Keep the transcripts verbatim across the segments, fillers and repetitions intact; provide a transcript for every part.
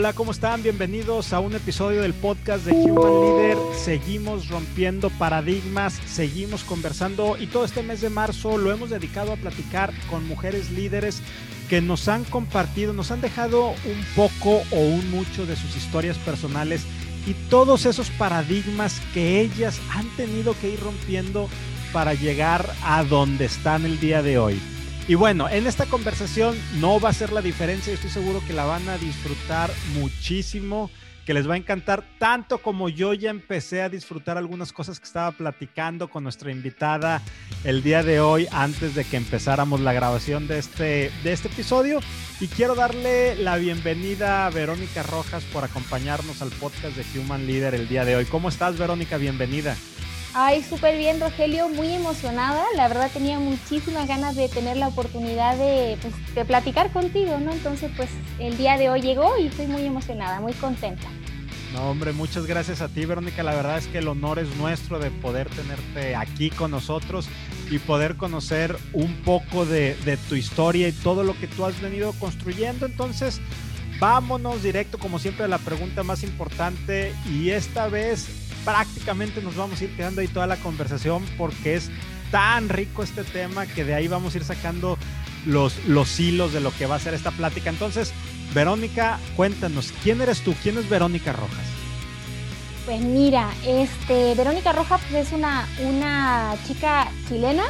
Hola, ¿cómo están? Bienvenidos a un episodio del podcast de Human Leader. Seguimos rompiendo paradigmas, seguimos conversando y todo este mes de marzo lo hemos dedicado a platicar con mujeres líderes que nos han compartido, nos han dejado un poco o un mucho de sus historias personales y todos esos paradigmas que ellas han tenido que ir rompiendo para llegar a donde están el día de hoy. Y bueno, en esta conversación no va a ser la diferencia, estoy seguro que la van a disfrutar muchísimo, que les va a encantar, tanto como yo ya empecé a disfrutar algunas cosas que estaba platicando con nuestra invitada el día de hoy antes de que empezáramos la grabación de este, de este episodio. Y quiero darle la bienvenida a Verónica Rojas por acompañarnos al podcast de Human Leader el día de hoy. ¿Cómo estás, Verónica? Bienvenida. Ay, súper bien, Rogelio, muy emocionada. La verdad tenía muchísimas ganas de tener la oportunidad de, pues, de platicar contigo, ¿no? Entonces, pues, el día de hoy llegó y estoy muy emocionada, muy contenta. No, hombre, muchas gracias a ti, Verónica. La verdad es que el honor es nuestro de poder tenerte aquí con nosotros y poder conocer un poco de, de tu historia y todo lo que tú has venido construyendo. Entonces, vámonos directo, como siempre, a la pregunta más importante, y esta vez prácticamente nos vamos a ir quedando ahí toda la conversación porque es tan rico este tema que de ahí vamos a ir sacando los, los hilos de lo que va a ser esta plática. Entonces, Verónica, cuéntanos, ¿quién eres tú? ¿Quién es Verónica Rojas? Pues mira, este, Verónica Rojas pues, es una, una chica chilena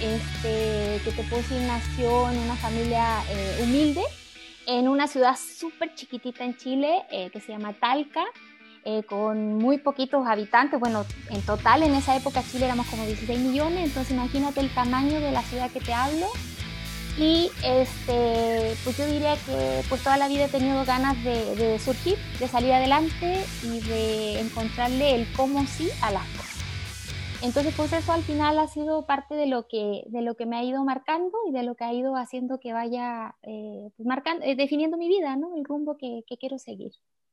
este, que te puedo decir nació en una familia eh, humilde, en una ciudad súper chiquitita en Chile eh, que se llama Talca. Eh, con muy poquitos habitantes, bueno, en total en esa época Chile éramos como dieciséis millones, entonces imagínate el tamaño de la ciudad que te hablo. Y este, pues yo diría que pues toda la vida he tenido ganas de, de surgir, de salir adelante y de encontrarle el cómo sí a las cosas. Entonces pues eso al final ha sido parte de lo que, de lo que me ha ido marcando y de lo que ha ido haciendo que vaya eh, pues marcando, eh, definiendo mi vida, ¿no? El rumbo que, que quiero seguir.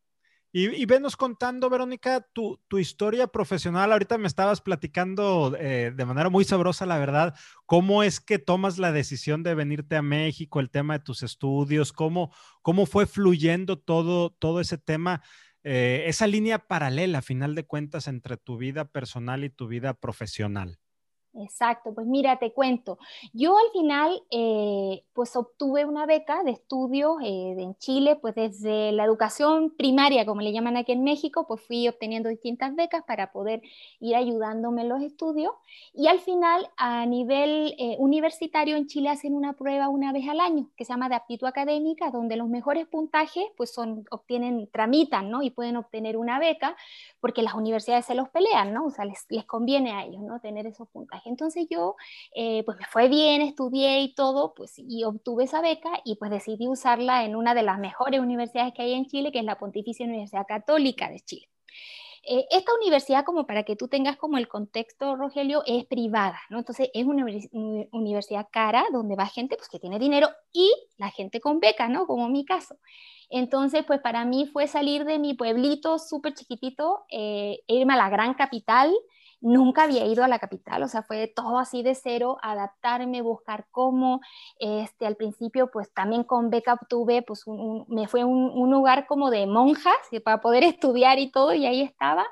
Y, y venos contando, Verónica, tu, tu historia profesional. Ahorita me estabas platicando eh, de manera muy sabrosa, la verdad, cómo es que tomas la decisión de venirte a México, el tema de tus estudios, cómo, cómo fue fluyendo todo, todo ese tema, eh, esa línea paralela, a final de cuentas, entre tu vida personal y tu vida profesional. Exacto, pues mira, te cuento. Yo al final, eh, pues obtuve una beca de estudio eh, en Chile, pues desde la educación primaria, como le llaman aquí en México, pues fui obteniendo distintas becas para poder ir ayudándome en los estudios. Y al final, a nivel eh, universitario en Chile hacen una prueba una vez al año, que se llama de aptitud académica, donde los mejores puntajes, pues son, obtienen, tramitan, ¿no? Y pueden obtener una beca, porque las universidades se los pelean, ¿no? O sea, les, les conviene a ellos, ¿no? Tener esos puntajes. Entonces yo, eh, pues me fue bien, estudié y todo, pues y obtuve esa beca y pues decidí usarla en una de las mejores universidades que hay en Chile, que es la Pontificia Universidad Católica de Chile. Eh, esta universidad, como para que tú tengas como el contexto, Rogelio, es privada, ¿no? Entonces es una universidad cara donde va gente pues, que tiene dinero y la gente con beca, ¿no? Como en mi caso. Entonces, pues para mí fue salir de mi pueblito súper chiquitito, eh, irme a la gran capital. Nunca había ido a la capital, o sea, fue todo así de cero, adaptarme, buscar cómo. Este, al principio, pues también con beca obtuve, pues un, un, me fue un, un lugar como de monjas para poder estudiar y todo, y ahí estaba.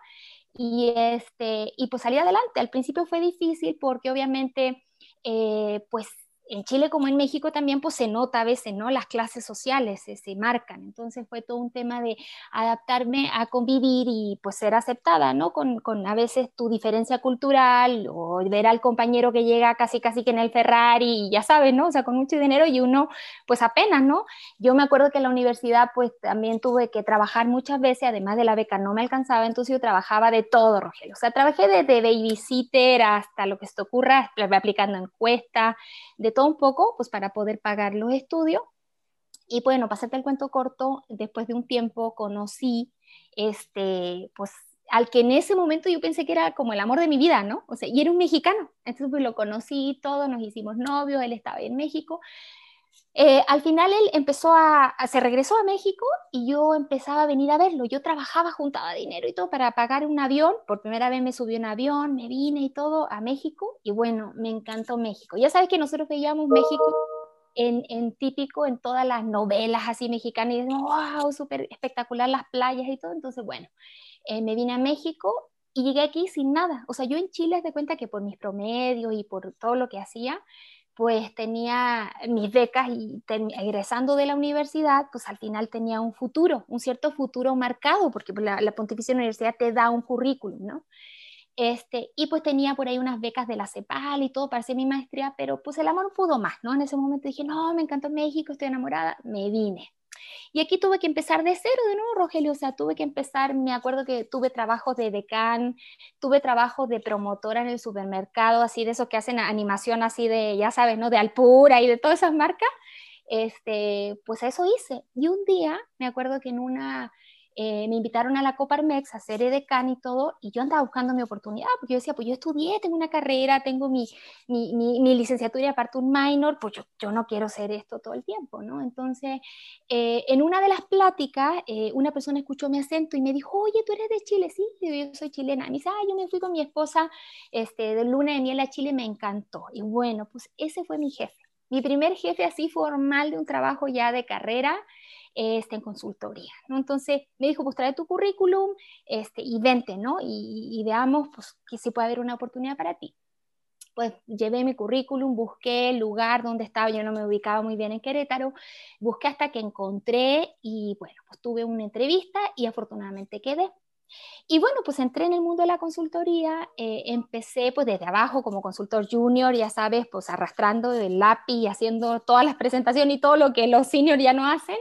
Y, este, y pues salí adelante. Al principio fue difícil porque obviamente, eh, pues en Chile como en México también pues se nota a veces, ¿no? Las clases sociales se, se marcan, entonces fue todo un tema de adaptarme a convivir y pues ser aceptada, ¿no? Con, con a veces tu diferencia cultural o ver al compañero que llega casi casi que en el Ferrari y ya sabes, ¿no? O sea, con mucho dinero y uno pues apenas, ¿no? Yo me acuerdo que en la universidad pues también tuve que trabajar muchas veces, además de la beca no me alcanzaba, entonces yo trabajaba de todo, Rogelio, o sea, trabajé desde babysitter hasta lo que se te ocurra, aplicando encuestas, de todo un poco, pues para poder pagar los estudios. Y bueno, para hacerte el cuento corto, después de un tiempo conocí, este, pues al que en ese momento yo pensé que era como el amor de mi vida, ¿no? O sea, y era un mexicano. Entonces pues lo conocí todo, nos hicimos novios, él estaba en México. Eh, al final él empezó a, a, se regresó a México y yo empezaba a venir a verlo. Yo trabajaba, juntaba dinero y todo para pagar un avión. Por primera vez me subí a un avión, me vine y todo a México. Y bueno, me encantó México. Ya sabes que nosotros veíamos México. en, en típico en todas las novelas así mexicanas, y decimos, wow, súper espectacular las playas y todo. Entonces, bueno, eh, me vine a México y llegué aquí sin nada. O sea, yo en Chile, haz de cuenta que por mis promedios y por todo lo que hacía, pues tenía mis becas y ten, egresando de la universidad, pues al final tenía un futuro, un cierto futuro marcado, porque la, la Pontificia Universidad te da un currículum, ¿no? Este, y pues tenía por ahí unas becas de la CEPAL y todo para hacer mi maestría, pero pues el amor pudo más, ¿no? En ese momento dije, no, me encantó México, estoy enamorada, me vine. Y aquí tuve que empezar de cero de nuevo, Rogelio, o sea, tuve que empezar, me acuerdo que tuve trabajos de decán, tuve trabajos de promotora en el supermercado, así de eso que hacen animación así de, ya sabes, ¿no? De Alpura y de todas esas marcas, este, pues eso hice. Y un día, me acuerdo que en una, eh, me invitaron a la Coparmex a hacer edecán y todo, y yo andaba buscando mi oportunidad, porque yo decía, pues yo estudié, tengo una carrera, tengo mi, mi, mi, mi licenciatura y aparte un minor, pues yo, yo no quiero hacer esto todo el tiempo, ¿no? Entonces, eh, en una de las pláticas, eh, una persona escuchó mi acento y me dijo, oye, ¿tú eres de Chile? Sí, yo soy chilena. Y me dice, ah, yo me fui con mi esposa este, de luna de miel a Chile, me encantó. Y bueno, pues ese fue mi jefe. Mi primer jefe así formal de un trabajo ya de carrera, este, en consultoría, ¿no? Entonces me dijo, pues trae tu currículum este, y vente, ¿no? Y, y veamos pues, que si puede haber una oportunidad para ti. Pues llevé mi currículum, busqué el lugar donde estaba, yo no me ubicaba muy bien en Querétaro, busqué hasta que encontré y bueno, pues tuve una entrevista y afortunadamente quedé. Y bueno, pues entré en el mundo de la consultoría, eh, empecé pues desde abajo como consultor junior, ya sabes, pues arrastrando el lápiz, haciendo todas las presentaciones y todo lo que los seniors ya no hacen.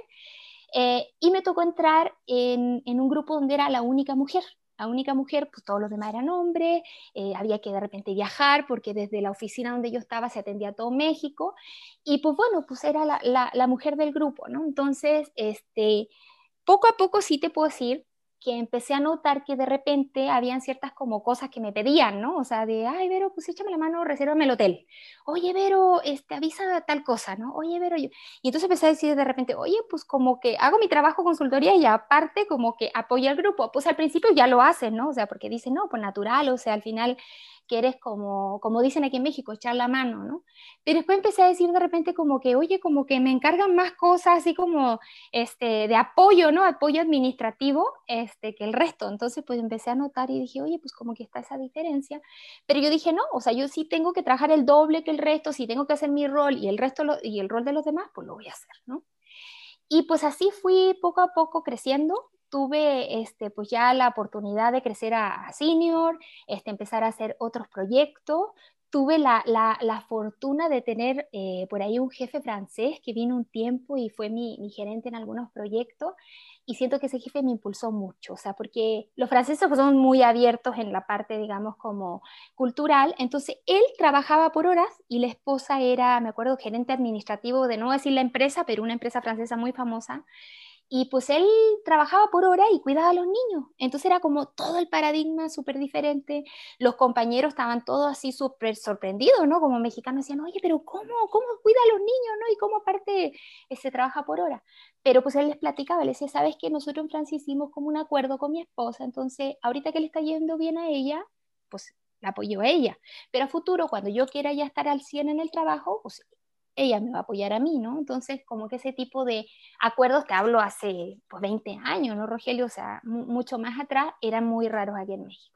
Eh, y me tocó entrar en, en, un grupo donde era la única mujer. La única mujer, pues todos los demás eran hombres, eh, había que de repente viajar porque desde la oficina donde yo estaba se atendía a todo México y pues bueno, pues era la, la, la mujer del grupo, ¿no? Entonces, este, poco a poco sí te puedo decir que empecé a notar que de repente habían ciertas como cosas que me pedían, ¿no? O sea, de, ay, Vero, pues échame la mano, resérvame el hotel. Oye, Vero, este, avisa tal cosa, ¿no? Oye, Vero, yo... Y entonces empecé a decir de repente, oye, pues como que hago mi trabajo consultoría y aparte como que apoyo al grupo. Pues al principio ya lo hacen, ¿no? O sea, porque dicen, no, pues natural, o sea, al final que eres como, como dicen aquí en México, echar la mano, ¿no? Pero después empecé a decir de repente como que, oye, como que me encargan más cosas así como este, de apoyo, ¿no? Apoyo administrativo, este, que el resto. Entonces, pues empecé a notar y dije, oye, pues como que está esa diferencia. Pero yo dije, no, o sea, yo sí tengo que trabajar el doble que el resto, si tengo que hacer mi rol y el resto lo, y el rol de los demás, pues lo voy a hacer, ¿no? Y pues así fui poco a poco creciendo. Tuve este, pues ya la oportunidad de crecer a, a senior, este, empezar a hacer otros proyectos. Tuve la, la, la fortuna de tener eh, por ahí un jefe francés que vino un tiempo y fue mi, mi gerente en algunos proyectos y siento que ese jefe me impulsó mucho, o sea, porque los franceses pues, son muy abiertos en la parte, digamos, como cultural, entonces él trabajaba por horas y la esposa era, me acuerdo, gerente administrativo de no decir la empresa, pero una empresa francesa muy famosa, y pues él trabajaba por hora y cuidaba a los niños. Entonces era como todo el paradigma súper diferente. Los compañeros estaban todos así súper sorprendidos, ¿no? Como mexicanos decían, oye, pero ¿cómo? ¿Cómo cuida a los niños, no? Y cómo aparte eh, se trabaja por hora. Pero pues él les platicaba, les decía, ¿sabes qué? Nosotros en Francia hicimos como un acuerdo con mi esposa, entonces ahorita que le está yendo bien a ella, pues la apoyo a ella. Pero a futuro, cuando yo quiera ya estar al cien en el trabajo, pues ella me va a apoyar a mí, ¿no? Entonces, como que ese tipo de acuerdos, te hablo hace pues veinte años, ¿no, Rogelio? O sea, mu mucho más atrás, eran muy raros aquí en México.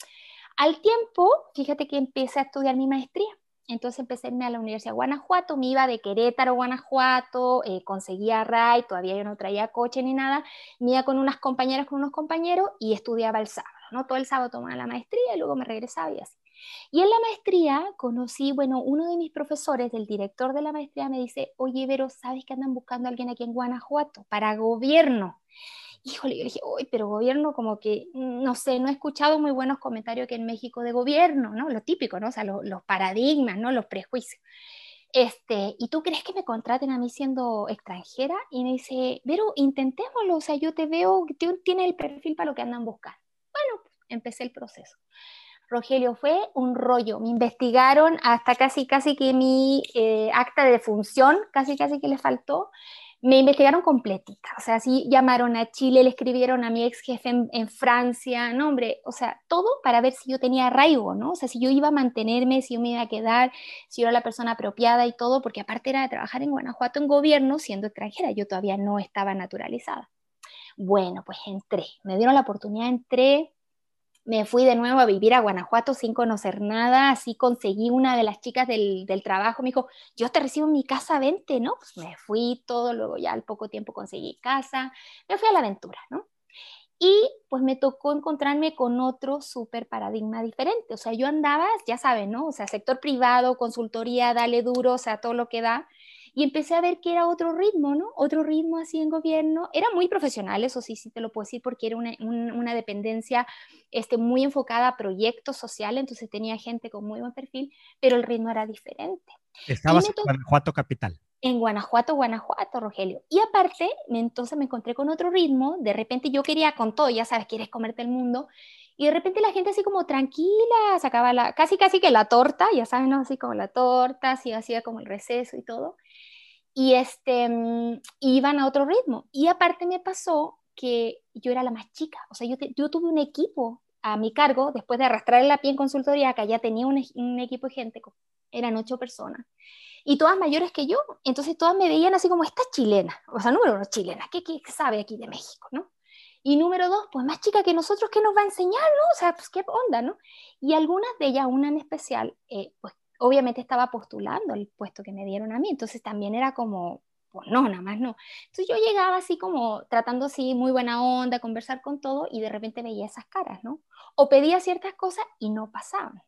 Al tiempo, fíjate que empecé a estudiar mi maestría. Entonces empecé a irme a la Universidad de Guanajuato, me iba de Querétaro a Guanajuato, eh, conseguía ride, todavía yo no traía coche ni nada, me iba con unas compañeras, con unos compañeros y estudiaba el sábado, ¿no? Todo el sábado tomaba la maestría y luego me regresaba y así. Y en la maestría conocí, bueno, uno de mis profesores, el director de la maestría, me dice, oye, Vero, ¿sabes que andan buscando a alguien aquí en Guanajuato para gobierno? Híjole, yo le dije, uy, pero gobierno como que, mm, no sé, no he escuchado muy buenos comentarios aquí en México de gobierno, ¿no? Lo típico, ¿no? O sea, lo, los paradigmas, ¿no? Los prejuicios. Este, ¿y tú crees que me contraten a mí siendo extranjera? Y me dice, pero intentémoslo, o sea, yo te veo, tú tienes el perfil para lo que andan buscando. Bueno, pues empecé el proceso. Rogelio, fue un rollo. Me investigaron hasta casi, casi que mi eh, acta de defunción, casi, casi que le faltó. Me investigaron completita, o sea, sí llamaron a Chile, le escribieron a mi ex jefe en, en Francia, no hombre, o sea, todo para ver si yo tenía arraigo, ¿no? O sea, si yo iba a mantenerme, si yo me iba a quedar, si yo era la persona apropiada y todo, porque aparte era de trabajar en Guanajuato en gobierno siendo extranjera, yo todavía no estaba naturalizada. Bueno, pues entré, me dieron la oportunidad, entré, me fui de nuevo a vivir a Guanajuato sin conocer nada, así conseguí una de las chicas del, del trabajo, me dijo, yo te recibo en mi casa, vente, ¿no? Pues me fui todo, luego ya al poco tiempo conseguí casa, me fui a la aventura, ¿no? Y pues me tocó encontrarme con otro súper paradigma diferente, o sea, yo andaba, ya saben, ¿no? O sea, sector privado, consultoría, dale duro, o sea, todo lo que da, y empecé a ver que era otro ritmo, ¿no? Otro ritmo así en gobierno, era muy profesional, eso sí, sí te lo puedo decir, porque era una, un, una dependencia este, muy enfocada a proyectos sociales, entonces tenía gente con muy buen perfil, pero el ritmo era diferente. Y Estabas me en tocó Guanajuato capital. en Guanajuato, Guanajuato, Rogelio. Y aparte, me, entonces me encontré con otro ritmo, de repente yo quería con todo, ya sabes, quieres comerte el mundo, y de repente la gente así como tranquila, sacaba la, casi casi que la torta, ya saben, ¿no? Así como la torta, así hacía como el receso y todo, y este, mm, iban a otro ritmo. Y aparte me pasó que yo era la más chica, o sea, yo, te- yo tuve un equipo a mi cargo, después de arrastrar la pie en consultoría, que ya tenía un, un equipo de gente, eran ocho personas y todas mayores que yo, entonces todas me veían así como esta chilena, o sea, número uno, chilena, ¿qué, qué sabe aquí de México, no? Y número dos, pues más chica que nosotros, ¿qué nos va a enseñar, no? O sea, pues qué onda, ¿no? Y algunas de ellas, una en especial, eh, pues obviamente estaba postulando el puesto que me dieron a mí, entonces también era como, pues no, nada más no. Entonces yo llegaba así como tratando así muy buena onda, conversar con todo y de repente veía esas caras, ¿no? O pedía ciertas cosas y no pasaban.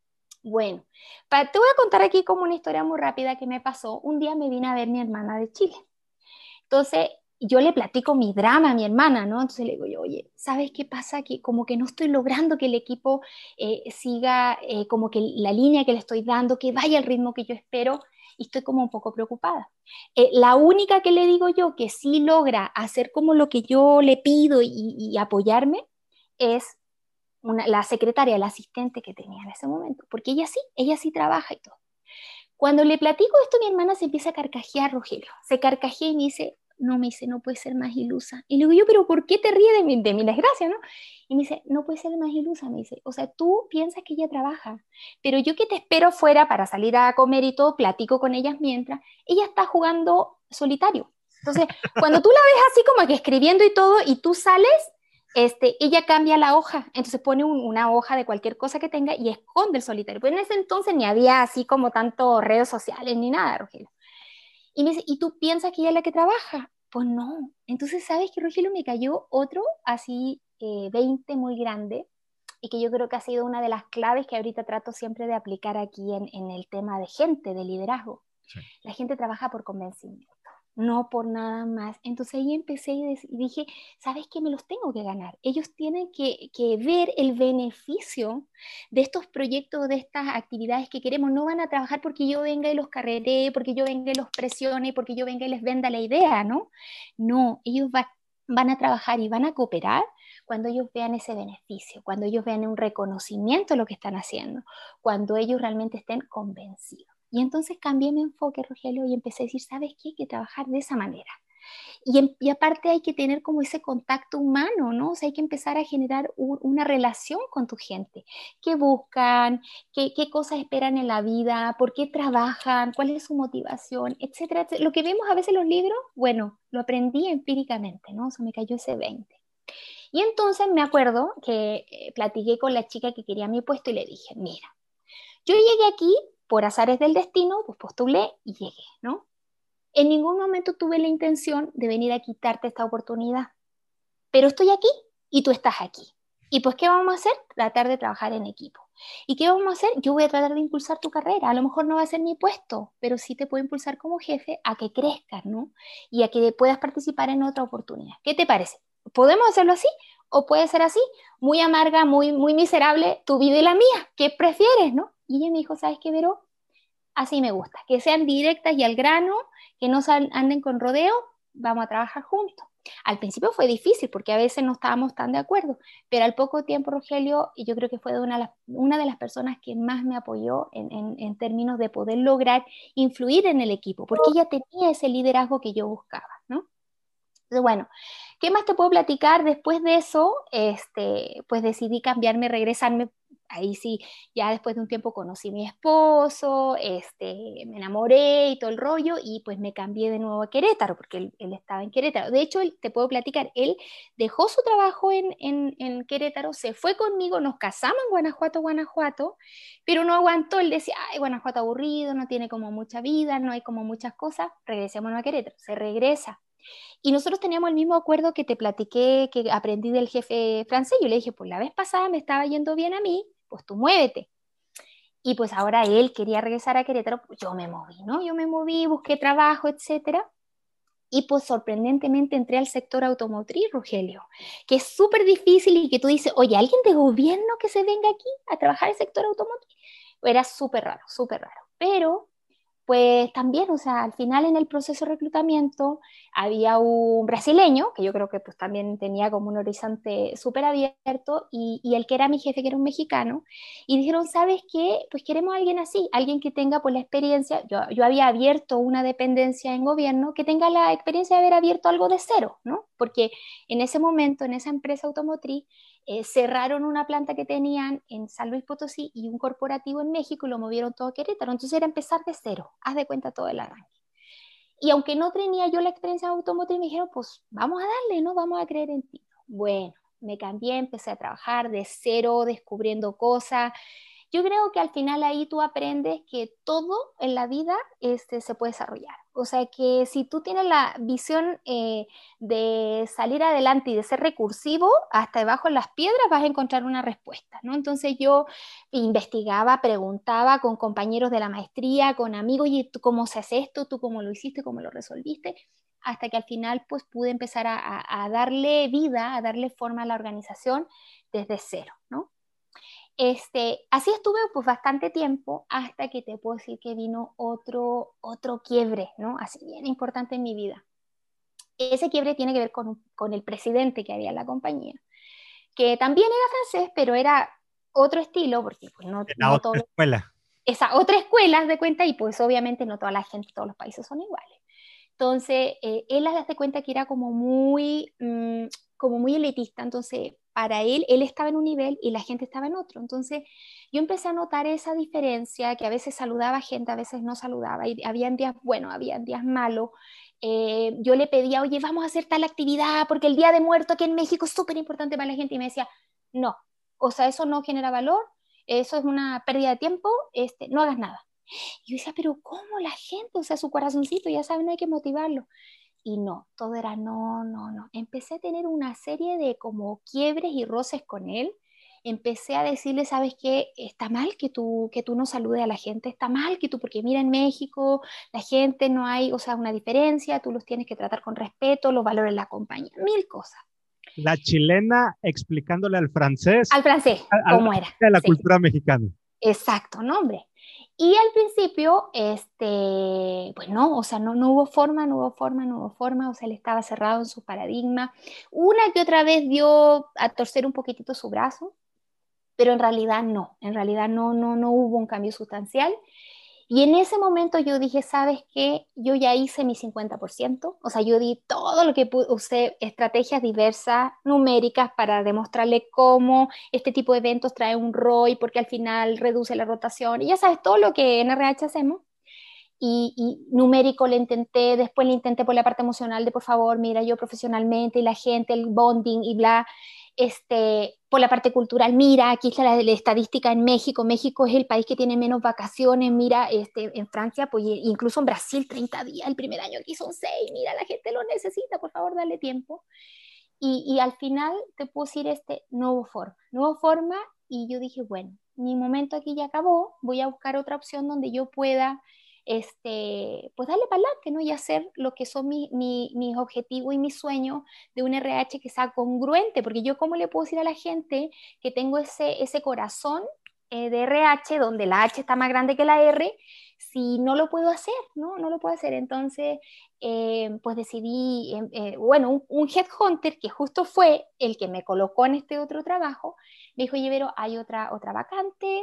Bueno, pa- te voy a contar aquí como una historia muy rápida que me pasó. Un día me vine a ver mi hermana de Chile. Entonces, yo le platico mi drama a mi hermana, ¿no? Entonces le digo yo, oye, ¿sabes qué pasa? Que como que no estoy logrando que el equipo eh, siga eh, como que la línea que le estoy dando, que vaya al ritmo que yo espero, y estoy como un poco preocupada. Eh, la única que le digo yo que sí logra hacer como lo que yo le pido y, y apoyarme es una, la secretaria, la asistente que tenía en ese momento, porque ella sí, ella sí trabaja y todo. Cuando le platico esto, mi hermana se empieza a carcajear, Rogelio. Se carcajea y me dice, no, me dice, no puede ser más ilusa. Y le digo yo, pero ¿por qué te ríes de mi, de mi desgracia, no? Y me dice, no puede ser más ilusa, me dice. O sea, tú piensas que ella trabaja, pero yo que te espero fuera para salir a comer y todo, platico con ellas mientras, ella está jugando solitario. Entonces, cuando tú la ves así como que escribiendo y todo, y tú sales, este, ella cambia la hoja, entonces pone un, una hoja de cualquier cosa que tenga y esconde el solitario. Pues en ese entonces ni había así como tanto redes sociales ni nada, Rogelio. Y me dice, ¿y tú piensas que ella es la que trabaja? Pues no. Entonces, ¿sabes qué, Rogelio? Me cayó otro así eh, veinte muy grande y que yo creo que ha sido una de las claves que ahorita trato siempre de aplicar aquí en, en el tema de gente, de liderazgo. Sí. La gente trabaja por convencimiento, no por nada más. Entonces ahí empecé y, y dije, ¿sabes qué? Me los tengo que ganar. Ellos tienen que, que ver el beneficio de estos proyectos, de estas actividades que queremos. No van a trabajar porque yo venga y los carreree, porque yo venga y los presione, porque yo venga y les venda la idea, ¿no? No, ellos va, van a trabajar y van a cooperar cuando ellos vean ese beneficio, cuando ellos vean un reconocimiento de lo que están haciendo, cuando ellos realmente estén convencidos. Y entonces cambié mi enfoque, Rogelio, y empecé a decir, ¿sabes qué? Hay que trabajar de esa manera. Y, y aparte hay que tener como ese contacto humano, ¿no? O sea, hay que empezar a generar un, una relación con tu gente. ¿Qué buscan? ¿Qué, qué cosas esperan en la vida? ¿Por qué trabajan? ¿Cuál es su motivación? Etcétera, etcétera. Lo que vemos a veces en los libros, bueno, lo aprendí empíricamente, ¿no? O sea, me cayó ese veinte. Y entonces me acuerdo que eh, platiqué con la chica que quería mi puesto y le dije, mira, yo llegué aquí por azares del destino, pues postulé y llegué, ¿no? En ningún momento tuve la intención de venir a quitarte esta oportunidad, pero estoy aquí y tú estás aquí. ¿Y pues qué vamos a hacer? Tratar de trabajar en equipo. ¿Y qué vamos a hacer? Yo voy a tratar de impulsar tu carrera. A lo mejor no va a ser mi puesto, pero sí te puedo impulsar como jefe a que crezcas, ¿no? Y a que puedas participar en otra oportunidad. ¿Qué te parece? ¿Podemos hacerlo así? ¿O puede ser así? Muy amarga, muy, muy miserable, tu vida y la mía. ¿Qué prefieres, no? Y ella me dijo, ¿sabes qué, Vero? Así me gusta, que sean directas y al grano, que no anden con rodeo, vamos a trabajar juntos. Al principio fue difícil porque a veces no estábamos tan de acuerdo, pero al poco tiempo Rogelio, y yo creo que fue de una, de las, una de las personas que más me apoyó en, en, en términos de poder lograr influir en el equipo, porque ella tenía ese liderazgo que yo buscaba. Entonces, bueno, ¿qué más te puedo platicar? Después de eso, este, pues decidí cambiarme, regresarme. Ahí sí, ya después de un tiempo conocí a mi esposo, este, me enamoré y todo el rollo, y pues me cambié de nuevo a Querétaro, porque él, él estaba en Querétaro. De hecho, él, te puedo platicar, él dejó su trabajo en, en, en Querétaro, se fue conmigo, nos casamos en Guanajuato, Guanajuato, pero no aguantó. Él decía, ay, Guanajuato aburrido, no tiene como mucha vida, no hay como muchas cosas, regresémonos a Querétaro. Se regresa. Y nosotros teníamos el mismo acuerdo que te platiqué, que aprendí del jefe francés. Yo le dije, pues la vez pasada me estaba yendo bien a mí, pues tú muévete. Y pues ahora él quería regresar a Querétaro, pues yo me moví, ¿no? Yo me moví, busqué trabajo, etcétera. Y pues sorprendentemente entré al sector automotriz, Rogelio, que es súper difícil y que tú dices, oye, ¿alguien de gobierno que se venga aquí a trabajar en el sector automotriz? Era súper raro, súper raro. Pero pues también, o sea, al final en el proceso de reclutamiento había un brasileño, que yo creo que pues también tenía como un horizonte súper abierto, y, y el que era mi jefe, que era un mexicano, y dijeron, ¿sabes qué? Pues queremos a alguien así, alguien que tenga pues la experiencia, yo, yo había abierto una dependencia en gobierno, que tenga la experiencia de haber abierto algo de cero, ¿no? Porque en ese momento, en esa empresa automotriz, eh, cerraron una planta que tenían en San Luis Potosí y un corporativo en México y lo movieron todo a Querétaro. Entonces era empezar de cero, haz de cuenta todo el arranque. Y aunque no tenía yo la experiencia automotriz, me dijeron, pues vamos a darle, ¿no? Vamos a creer en ti. Bueno, me cambié, empecé a trabajar de cero, descubriendo cosas. Yo creo que al final ahí tú aprendes que todo en la vida este, se puede desarrollar. O sea que si tú tienes la visión eh, de salir adelante y de ser recursivo, hasta debajo de las piedras vas a encontrar una respuesta, ¿no? Entonces yo investigaba, preguntaba con compañeros de la maestría, con amigos, y tú cómo se hace esto, tú cómo lo hiciste, cómo lo resolviste, hasta que al final pues pude empezar a, a, a darle vida, a darle forma a la organización desde cero, ¿no? Este, así estuve pues bastante tiempo hasta que te puedo decir que vino otro, otro quiebre, ¿no? Así bien importante en mi vida. Ese quiebre tiene que ver con, con el presidente que había en la compañía, que también era francés, pero era otro estilo, porque pues no, En la no otra todo, escuela. esa otra escuela de cuenta, y pues obviamente no toda la gente, todos los países son iguales. Entonces, eh, él las de cuenta que era como muy, mmm, como muy elitista. Entonces, para él, él estaba en un nivel y la gente estaba en otro. Entonces, yo empecé a notar esa diferencia, que a veces saludaba a gente, a veces no saludaba, y habían días buenos, habían días malos. Eh, yo le pedía, oye, vamos a hacer tal actividad, porque el Día de Muerto aquí en México es súper importante para la gente, y me decía, no, o sea, eso no genera valor, eso es una pérdida de tiempo, este, no hagas nada. Y yo decía, pero ¿cómo la gente? O sea, su corazoncito, ya saben, hay que motivarlo. Y no, todo era no, no, no. Empecé a tener una serie de como quiebres y roces con él. Empecé a decirle, ¿sabes qué? Está mal que tú, que tú no saludes a la gente, está mal que tú, porque mira, en México la gente no hay, o sea, una diferencia, tú los tienes que tratar con respeto, los valores de la compañía, mil cosas. La chilena explicándole al francés Al francés, a, a la, ¿cómo era? de la Sí. cultura mexicana. Exacto, no, hombre. Y al principio, este, pues no, o sea, no, no hubo forma, no hubo forma, no hubo forma, o sea, él estaba cerrado en su paradigma. Una que otra vez dio a torcer un poquitito su brazo, pero en realidad no, en realidad no, no, no hubo un cambio sustancial. Y en ese momento yo dije, ¿sabes qué? Yo ya hice mi cincuenta por ciento, o sea, yo di todo lo que pude, usé estrategias diversas, numéricas, para demostrarle cómo este tipo de eventos trae un R O I, porque al final reduce la rotación, y ya sabes, todo lo que en R H hacemos. Y, y numérico le intenté, después le intenté por la parte emocional de, por favor, mira, yo profesionalmente y la gente, el bonding y bla, este, por la parte cultural, mira, aquí está la, la estadística en México, México es el país que tiene menos vacaciones, mira, este, en Francia, pues incluso en Brasil treinta días, el primer año aquí son seis, mira, la gente lo necesita, por favor, dale tiempo. Y, y al final te puedo decir, este, no hubo forma, no hubo forma, y yo dije, bueno, mi momento aquí ya acabó, voy a buscar otra opción donde yo pueda, este, pues darle para adelante, ¿no? Y hacer lo que son mi, mi, mis objetivos y mis sueños de un R H que sea congruente, porque yo cómo le puedo decir a la gente que tengo ese, ese corazón eh, de R H, donde la H está más grande que la R, si no lo puedo hacer, ¿no? No lo puedo hacer. Entonces, eh, pues decidí, eh, eh, bueno, un, un headhunter que justo fue el que me colocó en este otro trabajo, me dijo, oye, Vero, hay otra, otra vacante,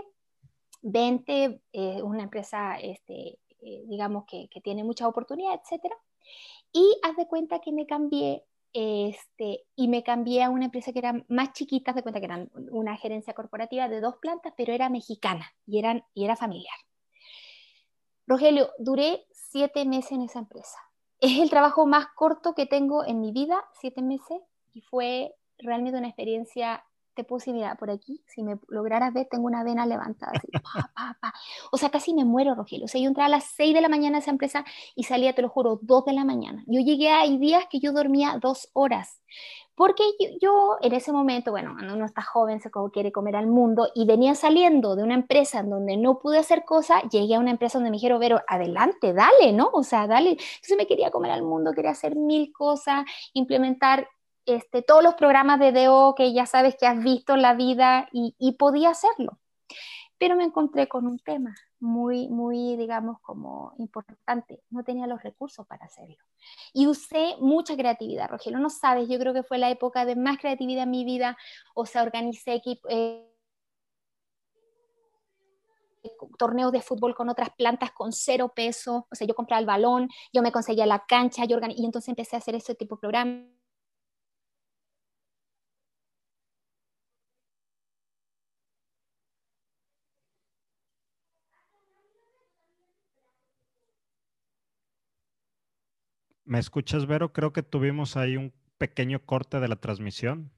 vente, eh, una empresa, este, eh, digamos, que, que tiene mucha oportunidad, etcétera. Y haz de cuenta que me cambié este, y me cambié a una empresa que era más chiquita, de cuenta que eran una gerencia corporativa de dos plantas, pero era mexicana y, eran, y era familiar. Rogelio, duré siete meses en esa empresa. Es el trabajo más corto que tengo en mi vida, siete meses, y fue realmente una experiencia. Te puse, mira, por aquí, si me lograras ver, tengo una vena levantada, así, pa, pa, pa. O sea, casi me muero, Rogelio. O sea, yo entraba a las seis de la mañana a esa empresa y salía, te lo juro, dos de la mañana. Yo llegué a, hay días que yo dormía dos horas. Porque yo, yo, en ese momento, bueno, cuando uno está joven, se como quiere comer al mundo, y venía saliendo de una empresa en donde no pude hacer cosas, llegué a una empresa donde me dijeron, pero adelante, dale, ¿no? O sea, dale. Entonces me quería comer al mundo, quería hacer mil cosas, implementar este, todos los programas de D O que ya sabes que has visto en la vida, y, y podía hacerlo. Pero me encontré con un tema muy, muy, digamos, como importante. No tenía los recursos para hacerlo. Y usé mucha creatividad, Rogelio. No sabes, yo creo que fue la época de más creatividad en mi vida. O sea, organicé equipo, eh, torneos de fútbol con otras plantas con cero peso. O sea, yo compraba el balón, yo me conseguía la cancha, yo organi- y entonces empecé a hacer ese tipo de programas. ¿Me escuchas, Vero? Creo que tuvimos ahí un pequeño corte de la transmisión.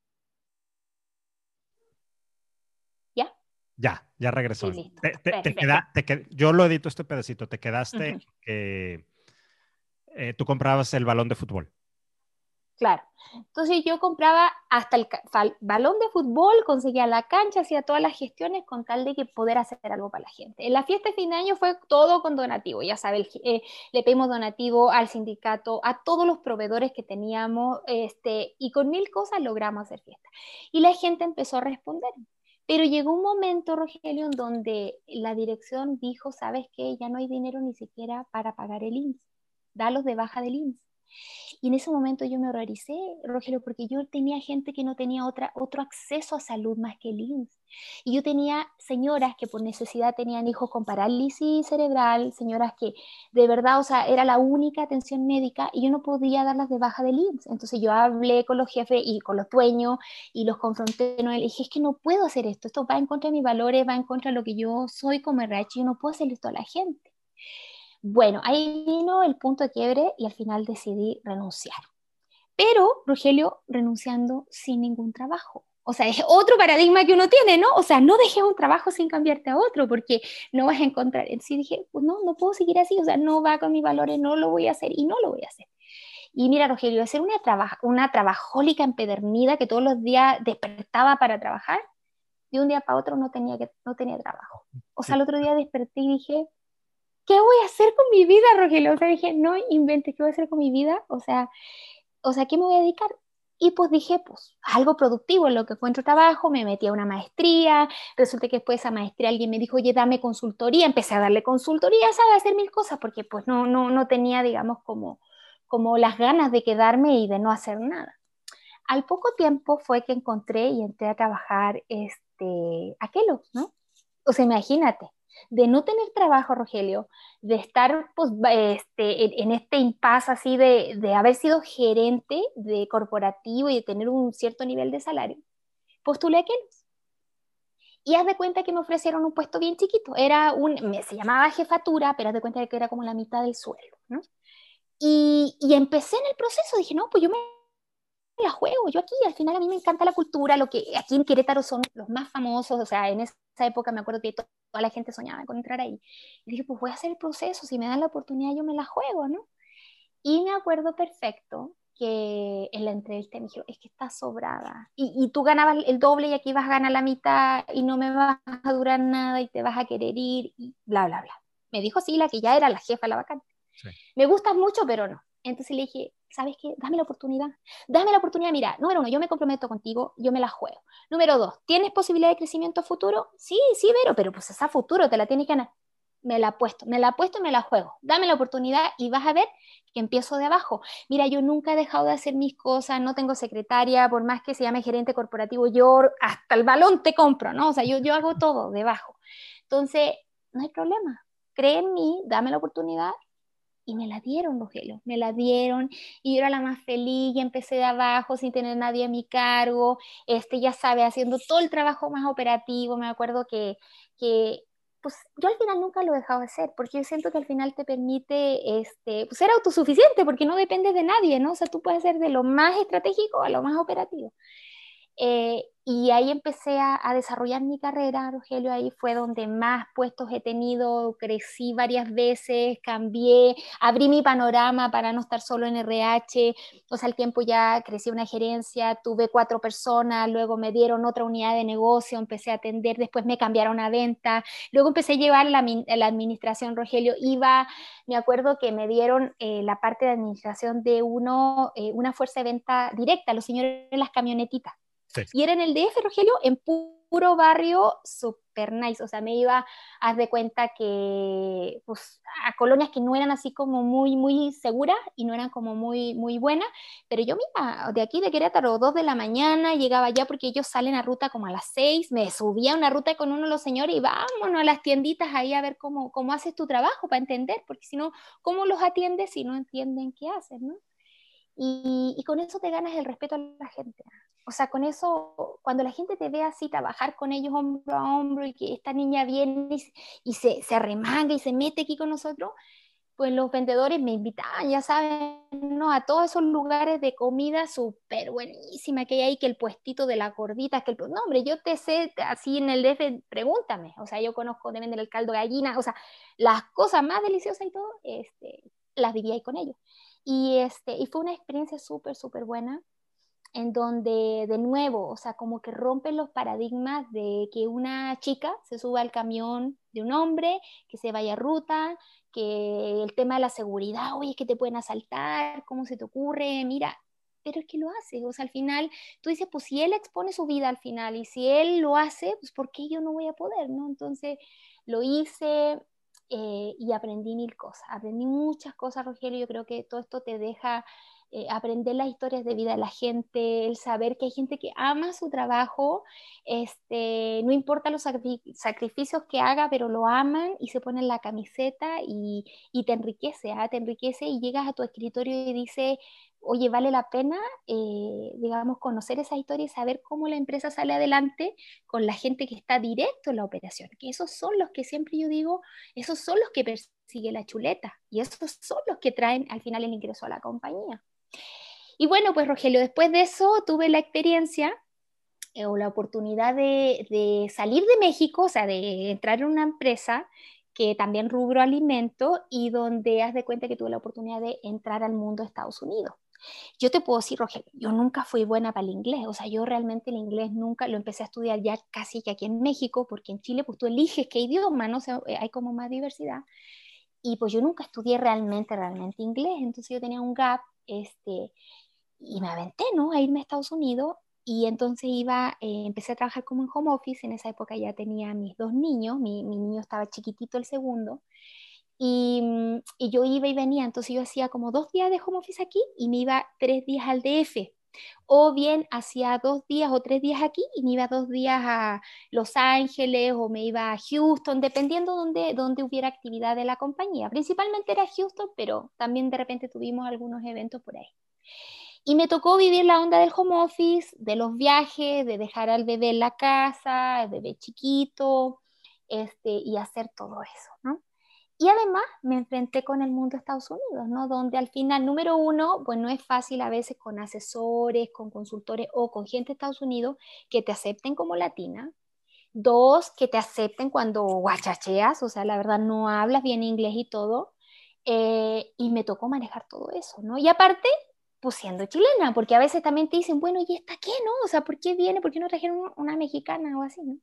¿Ya? Ya, ya regresó. Sí, listo. Te, te- te Perfecto. queda, te qued- yo lo edito este pedacito. Te quedaste Ujú. que eh, tú comprabas el balón de fútbol. Claro. Entonces yo compraba hasta el balón de fútbol, conseguía la cancha, hacía todas las gestiones con tal de que poder hacer algo para la gente. En la fiesta de fin de año fue todo con donativo, ya sabes, eh, le pedimos donativo al sindicato, a todos los proveedores que teníamos, este, y con mil cosas logramos hacer fiesta. Y la gente empezó a responder. Pero llegó un momento, Rogelio, en donde la dirección dijo, ¿sabes qué? Ya no hay dinero ni siquiera para pagar el I M S S. Dalos de baja del I M S S. Y en ese momento yo me horroricé, Rogelio, porque yo tenía gente que no tenía otra, otro acceso a salud más que el I M S S. Y yo tenía señoras que por necesidad tenían hijos con parálisis cerebral, señoras que de verdad, o sea, era la única atención médica y yo no podía darlas de baja del I M S S. Entonces yo hablé con los jefes y con los dueños y los confronté, ¿no? Y dije, es que no puedo hacer esto, esto va en contra de mis valores, va en contra de lo que yo soy como R H, yo no puedo hacer esto a la gente. Bueno, ahí vino el punto de quiebre y al final decidí renunciar. Pero, Rogelio, renunciando sin ningún trabajo. O sea, es otro paradigma que uno tiene, ¿no? O sea, no dejes un trabajo sin cambiarte a otro, porque no vas a encontrar. Sí dije, pues no, no puedo seguir así, o sea, no va con mis valores, no lo voy a hacer y no lo voy a hacer. Y mira, Rogelio, de ser una, traba una trabajólica empedernida que todos los días despertaba para trabajar, de un día para otro no tenía, que, no tenía trabajo. O sea, Sí. el otro día desperté y dije, ¿qué voy a hacer con mi vida, Rogelio? O sea, dije, no inventes, ¿qué voy a hacer con mi vida? O sea, o sea, ¿qué me voy a dedicar? Y pues dije, pues algo productivo en lo que encuentro trabajo, me metí a una maestría, resulta que después de esa maestría alguien me dijo, oye, dame consultoría, empecé a darle consultoría, ¿sabes? A hacer mil cosas, porque pues no, no, no tenía, digamos, como, como las ganas de quedarme y de no hacer nada. Al poco tiempo fue que encontré y entré a trabajar este, a Kellogg's, ¿no? O sea, imagínate, de no tener trabajo, Rogelio, de estar pues, este, en, en este impasse así de, de haber sido gerente de corporativo y de tener un cierto nivel de salario, postulé a Kellogg's. Y haz de cuenta que me ofrecieron un puesto bien chiquito. Era un, me, se llamaba jefatura, pero haz de cuenta que era como la mitad del sueldo, ¿no? Y, y empecé en el proceso, dije, no, pues yo me la juego, yo aquí, al final a mí me encanta la cultura, lo que aquí en Querétaro son los más famosos, o sea, en esa época me acuerdo que to toda la gente soñaba con entrar ahí. Y dije, pues voy a hacer el proceso, si me dan la oportunidad yo me la juego, ¿no? Y me acuerdo perfecto que en la entrevista me dijo, es que estás sobrada, y, y tú ganabas el doble y aquí vas a ganar la mitad y no me vas a durar nada y te vas a querer ir, y bla, bla, bla. Me dijo sí, la que ya era la jefa de la vacante. Sí. Me gustas mucho, pero no. Entonces le dije, ¿sabes qué? Dame la oportunidad. Dame la oportunidad. Mira, número uno, yo me comprometo contigo, yo me la juego. Número dos, ¿tienes posibilidad de crecimiento a futuro? Sí, sí, Vero, pero pues esa futuro te la tienes que ganar. Me la apuesto, me la apuesto y me la juego. Dame la oportunidad y vas a ver que empiezo de abajo. Mira, yo nunca he dejado de hacer mis cosas, no tengo secretaria, por más que se llame gerente corporativo, yo hasta el balón te compro, ¿no? O sea, yo, yo hago todo debajo. Entonces, no hay problema. Cree en mí, dame la oportunidad Y me la dieron, Rogelio, me la dieron y yo era la más feliz y empecé de abajo sin tener nadie a mi cargo, este, ya sabes, haciendo todo el trabajo más operativo. Me acuerdo que, que pues yo al final nunca lo he dejado de hacer, porque yo siento que al final te permite este, pues, ser autosuficiente, porque no dependes de nadie, ¿no? O sea, tú puedes hacer de lo más estratégico a lo más operativo. Eh, y ahí empecé a, a desarrollar mi carrera, Rogelio. Ahí fue donde más puestos he tenido, crecí varias veces, cambié, abrí mi panorama para no estar solo en R H. O sea, al tiempo ya crecí una gerencia, tuve cuatro personas, luego me dieron otra unidad de negocio, empecé a atender, después me cambiaron a venta, luego empecé a llevar la, la administración, Rogelio. Iba, me acuerdo que me dieron eh, la parte de administración de uno, eh, una fuerza de venta directa, los señores de las camionetitas. Sí. Y era en el D F, Rogelio, en puro barrio, super nice. O sea, me iba, haz de cuenta que, pues, a colonias que no eran así como muy, muy seguras y no eran como muy, muy buenas. Pero yo me iba de aquí de Querétaro, dos de la mañana, llegaba allá porque ellos salen a ruta como a las seis, me subía a una ruta con uno de los señores y vámonos a las tienditas ahí a ver cómo, cómo haces tu trabajo para entender, porque si no, ¿cómo los atiendes si no entienden qué haces, no? Y, y con eso te ganas el respeto a la gente. O sea, con eso, cuando la gente te ve así, trabajar con ellos hombro a hombro y que esta niña viene y, y se, se arremanga y se mete aquí con nosotros, pues los vendedores me invitaban, ya saben, ¿no? A todos esos lugares de comida súper buenísima que hay ahí, que el puestito de las gorditas, que el... No, hombre, yo te sé, así en el D F, pregúntame. O sea, yo conozco de vender el caldo de gallina, o sea, las cosas más deliciosas y todo, este, las vivía ahí con ellos. Y, este, y fue una experiencia súper, súper buena, en donde de nuevo, o sea, como que rompen los paradigmas de que una chica se suba al camión de un hombre, que se vaya a ruta, que el tema de la seguridad, oye, es que te pueden asaltar, ¿cómo se te ocurre? Mira, pero es que lo hace, o sea, al final tú dices, pues si él expone su vida al final y si él lo hace, pues ¿por qué yo no voy a poder, no? Entonces lo hice, eh, y aprendí mil cosas, aprendí muchas cosas, Rogelio. Yo creo que todo esto te deja eh, aprender las historias de vida de la gente, el saber que hay gente que ama su trabajo, este, no importa los sacrificios que haga, pero lo aman y se ponen la camiseta y, y te enriquece, ¿eh? Te enriquece y llegas a tu escritorio y dices, oye, vale la pena, eh, digamos, conocer esa historia y saber cómo la empresa sale adelante con la gente que está directo en la operación, que esos son los que siempre yo digo, esos son los que persiguen la chuleta y esos son los que traen al final el ingreso a la compañía. Y bueno, pues Rogelio, después de eso tuve la experiencia eh, o la oportunidad de, de, salir de México, o sea, de entrar en una empresa que también rubro alimento y donde haz de cuenta que tuve la oportunidad de entrar al mundo de Estados Unidos. Yo te puedo decir, Rogelio, yo nunca fui buena para el inglés, o sea, yo realmente el inglés nunca lo empecé a estudiar ya casi que aquí en México, porque en Chile pues tú eliges qué idioma, ¿no? O sea, hay como más diversidad. Y pues yo nunca estudié realmente, realmente inglés, entonces yo tenía un gap, este, y me aventé, ¿no? A irme a Estados Unidos y entonces iba, eh, empecé a trabajar como en home office. En esa época ya tenía mis dos niños, mi, mi niño estaba chiquitito el segundo, y, mm, y yo iba y venía, entonces yo hacía como dos días de home office aquí y me iba tres días al D F, o bien hacía dos días o tres días aquí y me iba dos días a Los Ángeles o me iba a Houston, dependiendo donde, donde hubiera actividad de la compañía. Principalmente era Houston, pero también de repente tuvimos algunos eventos por ahí. Y me tocó vivir la onda del home office, de los viajes, de dejar al bebé en la casa, el bebé chiquito, este, y hacer todo eso, ¿no? Y además me enfrenté con el mundo de Estados Unidos, ¿no? Donde al final, número uno, pues no es fácil a veces con asesores, con consultores o con gente de Estados Unidos que te acepten como latina. Dos, que te acepten cuando guachacheas, o sea, la verdad no hablas bien inglés y todo. Eh, y me tocó manejar todo eso, ¿no? Y aparte, pues siendo chilena, porque a veces también te dicen, bueno, ¿y esta qué, no? O sea, ¿por qué viene? ¿Por qué no trajeron una mexicana o así, no?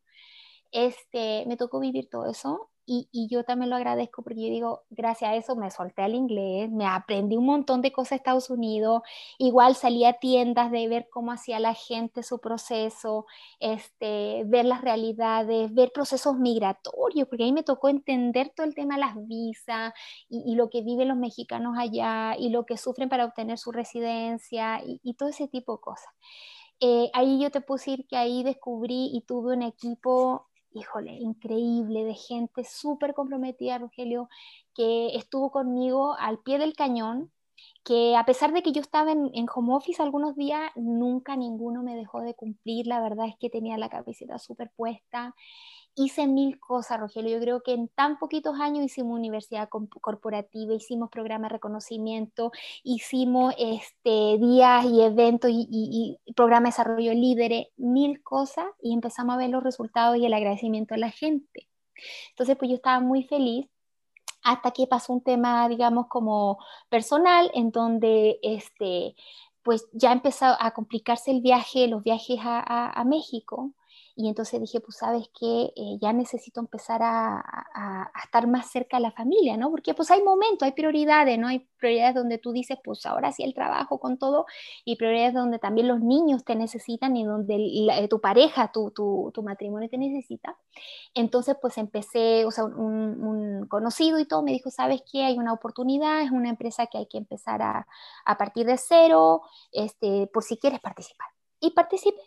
Este, me tocó vivir todo eso y, y yo también lo agradezco porque yo digo, gracias a eso me solté al inglés, me aprendí un montón de cosas de Estados Unidos, igual salí a tiendas de ver cómo hacía la gente su proceso, este, ver las realidades, ver procesos migratorios, porque ahí me tocó entender todo el tema de las visas y, y lo que viven los mexicanos allá y lo que sufren para obtener su residencia y, y todo ese tipo de cosas. Eh, ahí yo te puedo decir que ahí descubrí y tuve un equipo híjole, increíble, de gente súper comprometida, Rogelio, que estuvo conmigo al pie del cañón, que a pesar de que yo estaba en, en home office algunos días, nunca ninguno me dejó de cumplir. La verdad es que tenía la camiseta súper puesta. Hice mil cosas, Rogelio. Yo creo que en tan poquitos años hicimos universidad corporativa, hicimos programa de reconocimiento, hicimos este, días y eventos y, y, y programa de desarrollo líderes, mil cosas, y empezamos a ver los resultados y el agradecimiento de la gente. Entonces, pues yo estaba muy feliz hasta que pasó un tema, digamos, como personal, en donde este, pues ya empezó a complicarse el viaje, los viajes a, a, a México. Y entonces dije, pues sabes que eh, ya necesito empezar a, a, a, estar más cerca de la familia, ¿no? Porque pues hay momentos, hay prioridades, ¿no? Hay prioridades donde tú dices, pues ahora sí el trabajo con todo, y prioridades donde también los niños te necesitan y donde la, tu pareja, tu, tu, tu matrimonio te necesita. Entonces, pues empecé, o sea, un, un, conocido y todo me dijo, ¿sabes qué? Hay una oportunidad, es una empresa que hay que empezar a, a partir de cero, este, por si quieres participar. Y participé.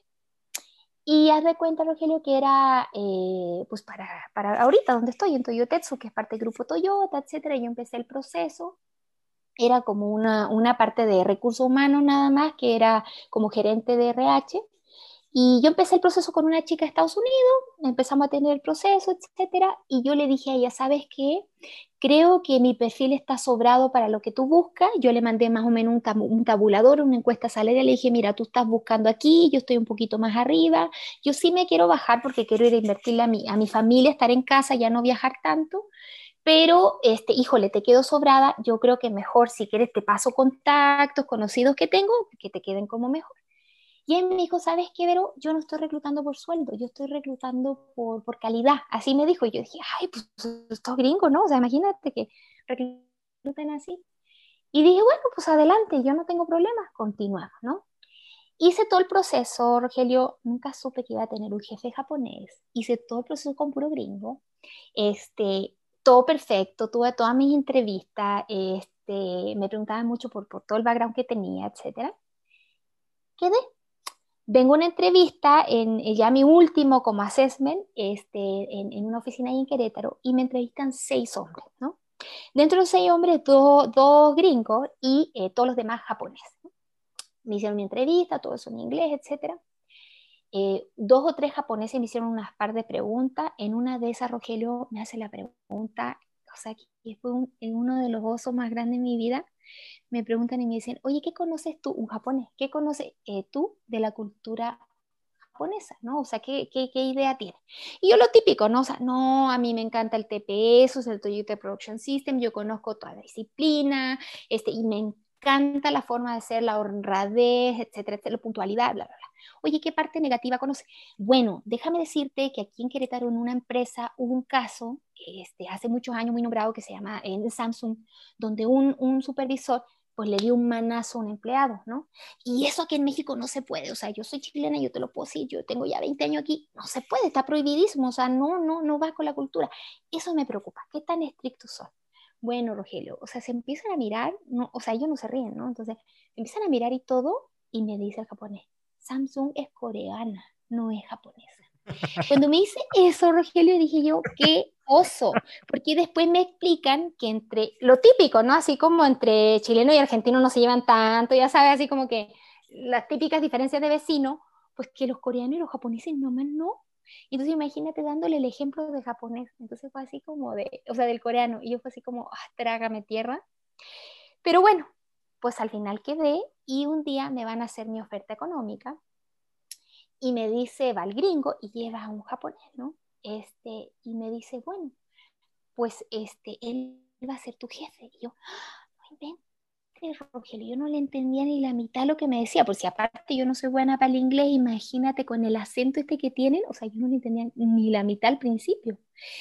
Y haz de cuenta, Rogelio, que era, eh, pues para, para ahorita donde estoy, en Toyotetsu, que es parte del grupo Toyota, etcétera. Yo empecé el proceso. Era como una, una parte de recursos humanos nada más, que era como gerente de R H. Y yo empecé el proceso con una chica de Estados Unidos, empezamos a tener el proceso, etcétera, y yo le dije a ella, ¿sabes qué? Creo que mi perfil está sobrado para lo que tú buscas. Yo le mandé más o menos un, tab un tabulador, una encuesta salarial, le dije, mira, tú estás buscando aquí, yo estoy un poquito más arriba, yo sí me quiero bajar porque quiero ir a invertirle a mi, a mi familia, estar en casa, ya no viajar tanto, pero, este, híjole, te quedo sobrada, yo creo que mejor, si quieres, te paso contactos, conocidos que tengo, que te queden como mejor. Y él me dijo, ¿sabes qué, Vero? Yo no estoy reclutando por sueldo, yo estoy reclutando por, por calidad. Así me dijo. Y yo dije, ay, pues estos gringos, ¿no? O sea, imagínate que recluten así. Y dije, bueno, pues adelante, yo no tengo problemas, continuamos, ¿no? Hice todo el proceso, Rogelio, nunca supe que iba a tener un jefe japonés. Hice todo el proceso con puro gringo. Este, todo perfecto, tuve todas mis entrevistas, este, me preguntaban mucho por, por todo el background que tenía, etcétera. Quedé. Vengo a una entrevista en ya mi último como assessment este, en, en una oficina ahí en Querétaro y me entrevistan seis hombres, ¿no? Dentro de los seis hombres, dos, dos gringos y eh, todos los demás japoneses, ¿no? Me hicieron mi entrevista, todo eso en inglés, etcétera. Eh, dos o tres japoneses me hicieron unas par de preguntas. En una de esas, Rogelio me hace la pregunta, o sea, que fue un, uno de los osos más grandes de mi vida. Me preguntan y me dicen, oye, ¿qué conoces tú, un japonés? ¿Qué conoces eh, tú de la cultura japonesa, ¿no? O sea, ¿qué, qué, qué idea tiene? Y yo lo típico, ¿no? O sea, no, a mí me encanta el T P S, o sea, el Toyota Production System, yo conozco toda la disciplina, este, y me encanta la forma de ser, la honradez, etcétera, etcétera, la puntualidad, bla, bla, bla. Oye, ¿qué parte negativa conoces? Bueno, déjame decirte que aquí en Querétaro, en una empresa, hubo un caso, este, hace muchos años muy nombrado, que se llama en Samsung, donde un, un supervisor pues le dio un manazo a un empleado, ¿no? Y eso aquí en México no se puede, o sea, yo soy chilena, yo te lo puedo decir, yo tengo ya veinte años aquí, no se puede, está prohibidísimo, o sea, no, no, no va con la cultura. Eso me preocupa, ¿qué tan estrictos son? Bueno, Rogelio, o sea, se empiezan a mirar, no, o sea, ellos no se ríen, ¿no? Entonces, empiezan a mirar y todo, y me dice el japonés, Samsung es coreana, no es japonesa. Cuando me dice eso, Rogelio, dije yo, qué oso, porque después me explican que entre lo típico, ¿no? Así como entre chileno y argentino no se llevan tanto, ya sabes, así como que las típicas diferencias de vecino, pues que los coreanos y los japoneses nomás no. Entonces imagínate dándole el ejemplo de japonés. Entonces fue así como de, o sea, del coreano, y yo fue así como, ah, trágame tierra. Pero bueno, pues al final quedé y un día me van a hacer mi oferta económica y me dice, va el gringo y lleva a un japonés, ¿no? Este, y me dice, bueno, pues este, él va a ser tu jefe. Y yo, no inventes, Rogelio, yo no le entendía ni la mitad lo que me decía, por si aparte yo no soy buena para el inglés, imagínate con el acento este que tienen, o sea, yo no le entendía ni la mitad al principio.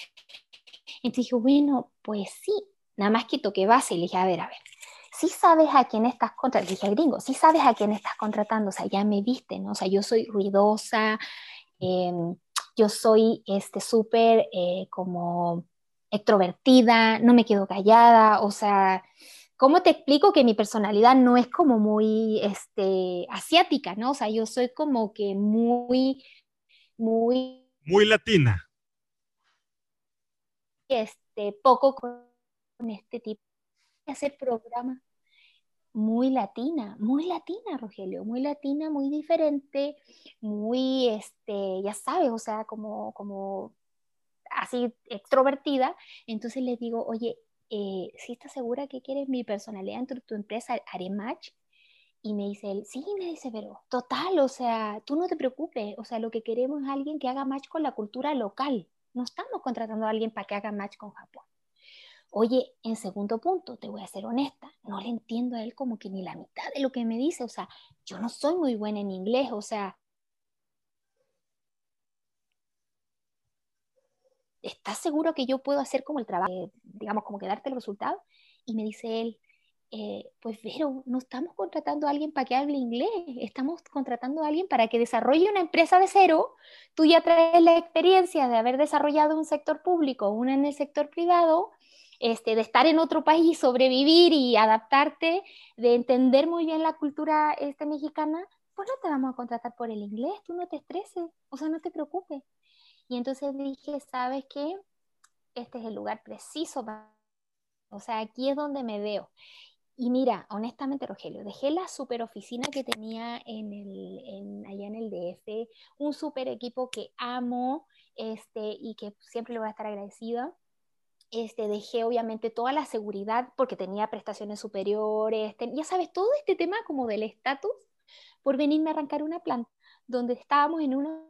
Entonces dije, bueno, pues sí, nada más que toqué base y le dije, a ver, a ver, sí sabes a quién estás contratando, dije al gringo, sí sabes a quién estás contratando, o sea, ya me viste, ¿no? O sea, yo soy ruidosa, eh, yo soy este súper eh, como extrovertida, no me quedo callada, o sea, ¿cómo te explico que mi personalidad no es como muy este, asiática, ¿no? O sea, yo soy como que muy, muy Muy latina. este, poco con este tipo de hacer programas. Muy latina, muy latina, Rogelio, muy latina, muy diferente, muy, este, ya sabes, o sea, como, como así extrovertida. Entonces les digo, oye, eh, ¿sí estás segura que quieres mi personalidad dentro de tu empresa? ¿Haré match? Y me dice él, sí, me dice, pero total, o sea, tú no te preocupes, o sea, lo que queremos es alguien que haga match con la cultura local. No estamos contratando a alguien para que haga match con Japón. Oye, en segundo punto, te voy a ser honesta, no le entiendo a él como que ni la mitad de lo que me dice, o sea, yo no soy muy buena en inglés, o sea, ¿estás seguro que yo puedo hacer como el trabajo, eh, digamos, como que darte el resultado? Y me dice él, eh, pues Vero, no estamos contratando a alguien para que hable inglés, estamos contratando a alguien para que desarrolle una empresa de cero. Tú ya traes la experiencia de haber desarrollado un sector público, una en el sector privado, este, de estar en otro país, sobrevivir y adaptarte, de entender muy bien la cultura este, mexicana. Pues no te vamos a contratar por el inglés, tú no te estreses, o sea, no te preocupes. Y entonces dije, ¿sabes qué? Este es el lugar preciso para... O sea, aquí es donde me veo. Y mira, honestamente, Rogelio, dejé la super oficina que tenía en el, en, allá en el D F, un super equipo que amo, este, y que siempre le voy a estar agradecida. Este, dejé obviamente toda la seguridad porque tenía prestaciones superiores, ten, ya sabes, todo este tema como del estatus por venirme a arrancar una planta donde estábamos en una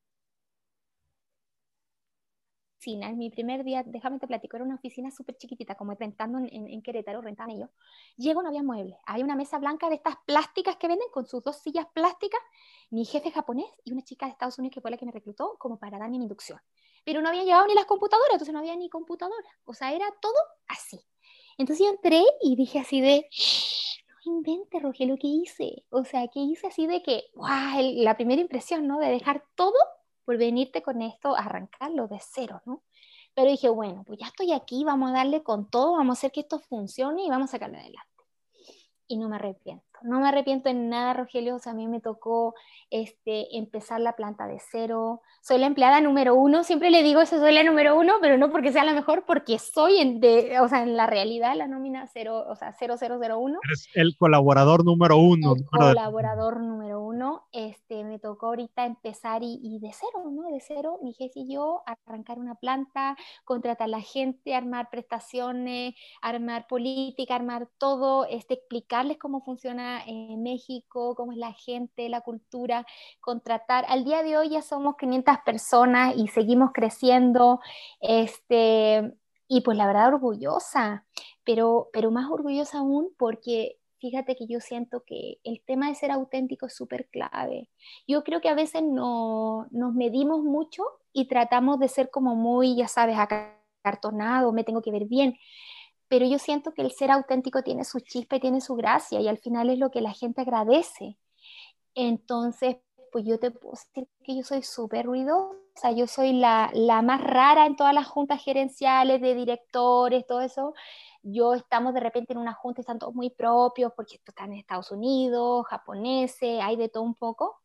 oficina. En mi primer día, déjame te platico, era una oficina súper chiquitita, como rentando en, en, en Querétaro, rentaban ellos. Llego, no había muebles, había una mesa blanca de estas plásticas que venden con sus dos sillas plásticas, mi jefe japonés y una chica de Estados Unidos que fue la que me reclutó como para darme mi inducción. Pero no habían llegado ni las computadoras, entonces no había ni computadora, o sea, era todo así. Entonces yo entré y dije así de, no invente, Rogelio, ¿qué hice? O sea, ¿qué hice así de que, wow, el, la primera impresión, ¿no? De dejar todo por venirte con esto, arrancarlo de cero, ¿no? Pero dije, bueno, pues ya estoy aquí, vamos a darle con todo, vamos a hacer que esto funcione y vamos a sacarlo adelante. Y no me arrepiento, no me arrepiento en nada, Rogelio, o sea, a mí me tocó este, empezar la planta de cero, soy la empleada número uno, siempre le digo eso, soy la número uno, pero no porque sea la mejor, porque soy, en, de, o sea, en la realidad la nómina cero, o sea, cero cero cero uno. Eres el colaborador número uno. El Número de... colaborador número uno, este, me tocó ahorita empezar y, y de cero, ¿no? De cero, mi jefe y yo, arrancar una planta, contratar a la gente, armar prestaciones, armar política, armar todo, este, explicarles cómo funciona eh, México, cómo es la gente, la cultura, contratar. Al día de hoy ya somos quinientas personas y seguimos creciendo, este, y pues la verdad orgullosa, pero, pero más orgullosa aún porque fíjate que yo siento que el tema de ser auténtico es súper clave. Yo creo que a veces no, nos medimos mucho y tratamos de ser como muy, ya sabes, acartonado, me tengo que ver bien, pero yo siento que el ser auténtico tiene su chispa y tiene su gracia y al final es lo que la gente agradece. Entonces, pues yo te puedo decir que yo soy súper ruidosa, yo soy la, la más rara en todas las juntas gerenciales de directores, todo eso. Yo estamos de repente en una junta, están todos muy propios porque están en Estados Unidos, japoneses, hay de todo un poco,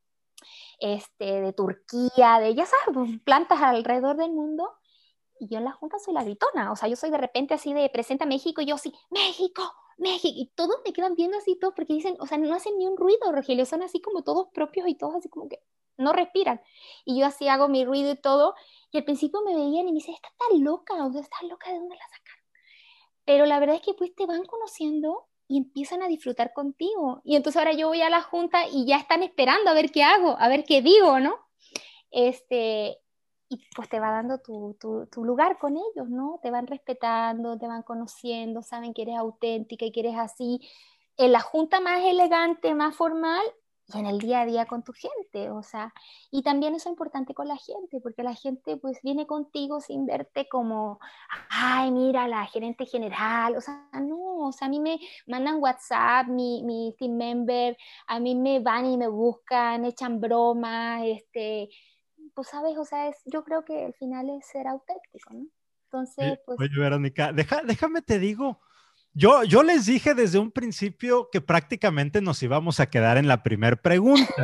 este, de Turquía, de, ya sabes, pues, plantas alrededor del mundo. Y yo en la junta soy la gritona, o sea, yo soy de repente así de presenta México y yo así, México, México, y todos me quedan viendo así todos porque dicen, o sea, no hacen ni un ruido, Rogelio, son así como todos propios y todos así como que no respiran. Y yo así hago mi ruido y todo, y al principio me veían y me dicen, esta está loca, o sea, está loca, ¿de dónde la sacaron? Pero la verdad es que pues te van conociendo y empiezan a disfrutar contigo. Y entonces ahora yo voy a la junta y ya están esperando a ver qué hago, a ver qué digo, ¿no? Este, y pues te va dando tu, tu, tu, lugar con ellos, ¿no? Te van respetando, te van conociendo, saben que eres auténtica y que eres así, en la junta más elegante, más formal, y en el día a día con tu gente, o sea, y también eso es importante con la gente, porque la gente pues viene contigo sin verte como, ay, mira, la gerente general, o sea, no, o sea, a mí me mandan WhatsApp, mi, mi team member, a mí me van y me buscan, echan bromas, este, pues sabes, o sea, es, yo creo que al final es ser auténtico, ¿no? Entonces, Oye, pues... oye, Verónica, deja, déjame te digo, yo, yo les dije desde un principio que prácticamente nos íbamos a quedar en la primera pregunta.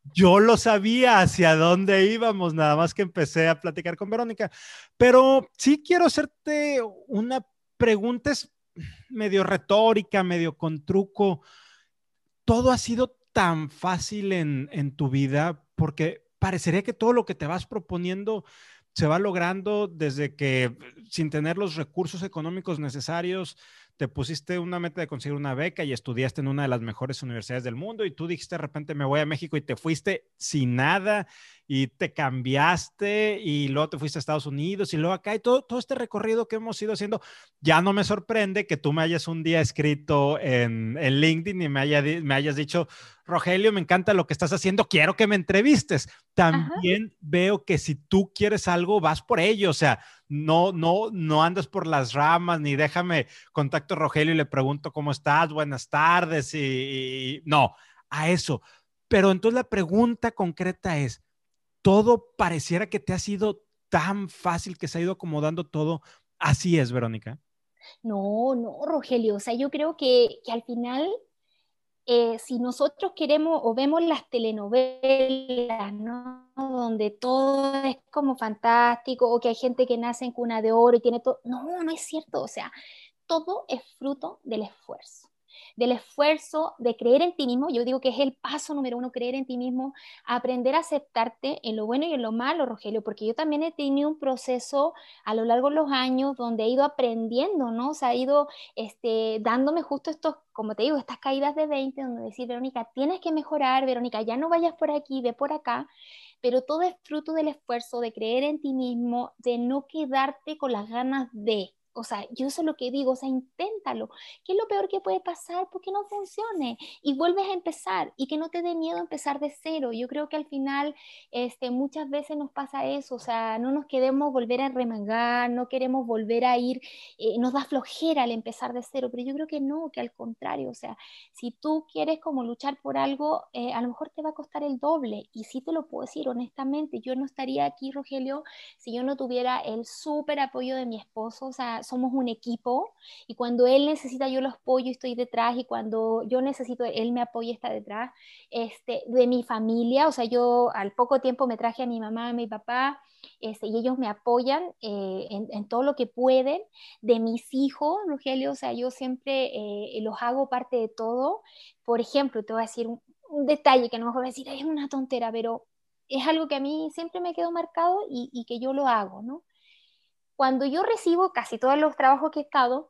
Yo lo sabía hacia dónde íbamos, nada más que empecé a platicar con Verónica. Pero sí quiero hacerte una pregunta, es medio retórica, medio con truco. ¿Todo ha sido tan fácil en, en tu vida? Porque parecería que todo lo que te vas proponiendo se va logrando desde que, sin tener los recursos económicos necesarios, te pusiste una meta de conseguir una beca y estudiaste en una de las mejores universidades del mundo y tú dijiste de repente me voy a México y te fuiste sin nada y te cambiaste y luego te fuiste a Estados Unidos y luego acá y todo, todo este recorrido que hemos ido haciendo. Ya no me sorprende que tú me hayas un día escrito en, en LinkedIn y me, haya, me hayas dicho, Rogelio, me encanta lo que estás haciendo, quiero que me entrevistes. Ajá. También veo que si tú quieres algo, vas por ello, o sea, no, no, no andas por las ramas, ni déjame contacto a Rogelio y le pregunto cómo estás, buenas tardes, y, y no, a eso. Pero entonces la pregunta concreta es, todo pareciera que te ha sido tan fácil que se ha ido acomodando todo. Así es, Verónica. No, no, Rogelio, o sea, yo creo que, que al final, eh, si nosotros queremos o vemos las telenovelas, ¿no? Donde todo es como fantástico, o que hay gente que nace en cuna de oro y tiene todo, no, no es cierto, o sea, todo es fruto del esfuerzo, del esfuerzo de creer en ti mismo. Yo digo que es el paso número uno, creer en ti mismo, aprender a aceptarte en lo bueno y en lo malo, Rogelio, porque yo también he tenido un proceso a lo largo de los años donde he ido aprendiendo, ¿no? O sea, he ido este, dándome justo estos, como te digo, estas caídas de veinte, donde decir, Verónica, tienes que mejorar, Verónica, ya no vayas por aquí, ve por acá, pero todo es fruto del esfuerzo, de creer en ti mismo, de no quedarte con las ganas de, o sea, yo eso es lo que digo, o sea, inténtalo. ¿Qué es lo peor que puede pasar? Porque no funcione y vuelves a empezar y que no te dé miedo empezar de cero. Yo creo que al final este, muchas veces nos pasa eso, o sea, no nos queremos volver a remangar, no queremos volver a ir, eh, nos da flojera al empezar de cero, pero yo creo que no, que al contrario, o sea, si tú quieres como luchar por algo, eh, a lo mejor te va a costar el doble y sí te lo puedo decir honestamente, yo no estaría aquí, Rogelio, si yo no tuviera el súper apoyo de mi esposo, o sea, somos un equipo y cuando él necesita yo lo apoyo y estoy detrás y cuando yo necesito él me apoya y está detrás, este, de mi familia, o sea, yo al poco tiempo me traje a mi mamá, a mi papá, este, y ellos me apoyan eh, en, en, todo lo que pueden, de mis hijos, Rogelio, o sea, yo siempre eh, los hago parte de todo. Por ejemplo, te voy a decir un, un detalle que a lo mejor voy a decir, es una tontera, pero es algo que a mí siempre me quedó marcado y, y que yo lo hago, ¿no? Cuando yo recibo casi todos los trabajos que he estado,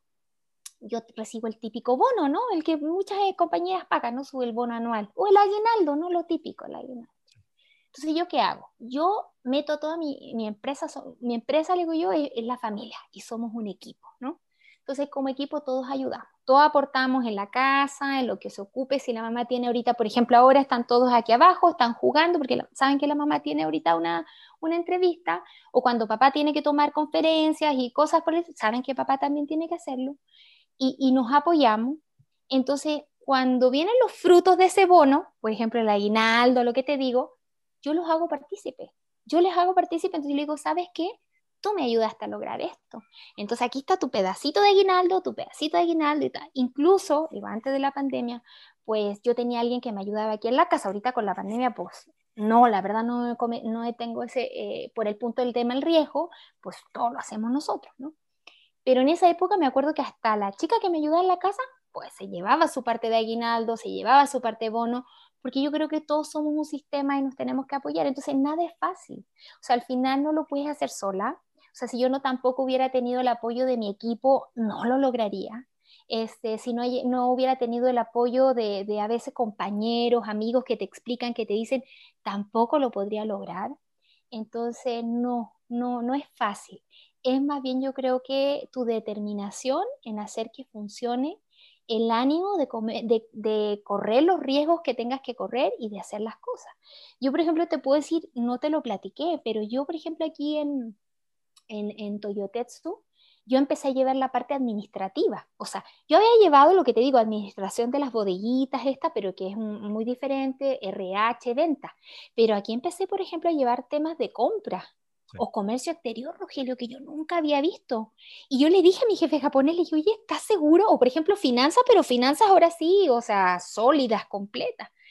yo recibo el típico bono, ¿no? El que muchas eh, compañías pagan, ¿no? Sube el bono anual. O el aguinaldo, ¿no? Lo típico, el aguinaldo. Entonces, ¿yo qué hago? Yo meto toda mi, mi empresa, so, mi empresa, le digo yo, es, es la familia y somos un equipo, ¿no? Entonces, como equipo todos ayudamos, todos aportamos en la casa, en lo que se ocupe. Si la mamá tiene ahorita, por ejemplo, ahora están todos aquí abajo, están jugando, porque la, saben que la mamá tiene ahorita una, una entrevista, o cuando papá tiene que tomar conferencias y cosas por eso, saben que papá también tiene que hacerlo, y, y nos apoyamos. Entonces, cuando vienen los frutos de ese bono, por ejemplo, el aguinaldo, lo que te digo, yo los hago partícipes. Yo les hago partícipes, entonces yo le digo, ¿sabes qué? Tú me ayudaste a lograr esto. Entonces aquí está tu pedacito de aguinaldo, tu pedacito de aguinaldo y tal. Incluso, digo, antes de la pandemia, pues yo tenía alguien que me ayudaba aquí en la casa. Ahorita con la pandemia, pues no, la verdad no, no tengo ese, eh, por el punto del tema, el riesgo, pues todo lo hacemos nosotros, ¿no? Pero en esa época me acuerdo que hasta la chica que me ayudaba en la casa, pues se llevaba su parte de aguinaldo, se llevaba su parte de bono, porque yo creo que todos somos un sistema y nos tenemos que apoyar. Entonces nada es fácil. O sea, al final no lo puedes hacer sola. O sea, si yo no tampoco hubiera tenido el apoyo de mi equipo, no lo lograría. Este, si no, no hubiera tenido el apoyo de, de a veces compañeros, amigos que te explican, que te dicen, tampoco lo podría lograr. Entonces, no, no, no es fácil. Es más bien yo creo que tu determinación en hacer que funcione, el ánimo de, comer, de, de, correr los riesgos que tengas que correr y de hacer las cosas. Yo, por ejemplo, te puedo decir, no te lo platiqué, pero yo, por ejemplo, aquí en, en, en Toyotetsu, yo empecé a llevar la parte administrativa. O sea, yo había llevado lo que te digo, administración de las bodeguitas, esta, pero que es muy diferente, R H, venta. Pero aquí empecé, por ejemplo, a llevar temas de compra Sí. o comercio exterior, Rogelio, que yo nunca había visto. Y yo le dije a mi jefe japonés, le dije, oye, ¿estás seguro? O por ejemplo, finanzas, pero finanzas ahora sí, o sea, sólidas, completas.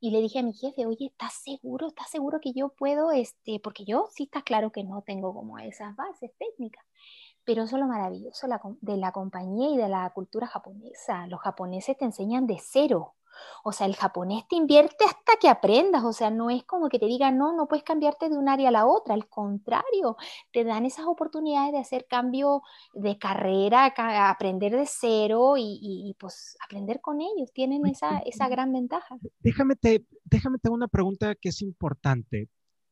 Y le dije a mi jefe, oye, ¿estás seguro? ¿Estás seguro que yo puedo? Este, porque yo sí está claro que no tengo como esas bases técnicas. Pero eso es lo maravilloso la com- de la compañía y de la cultura japonesa. Los japoneses te enseñan de cero. O sea, el japonés te invierte hasta que aprendas. O sea, no es como que te digan, no, no puedes cambiarte de un área a la otra. Al contrario, te dan esas oportunidades de hacer cambio de carrera, ca- aprender de cero y, y- y, pues aprender con ellos. Tienen esa, esa gran ventaja. Déjame te, déjame te hago una pregunta que es importante.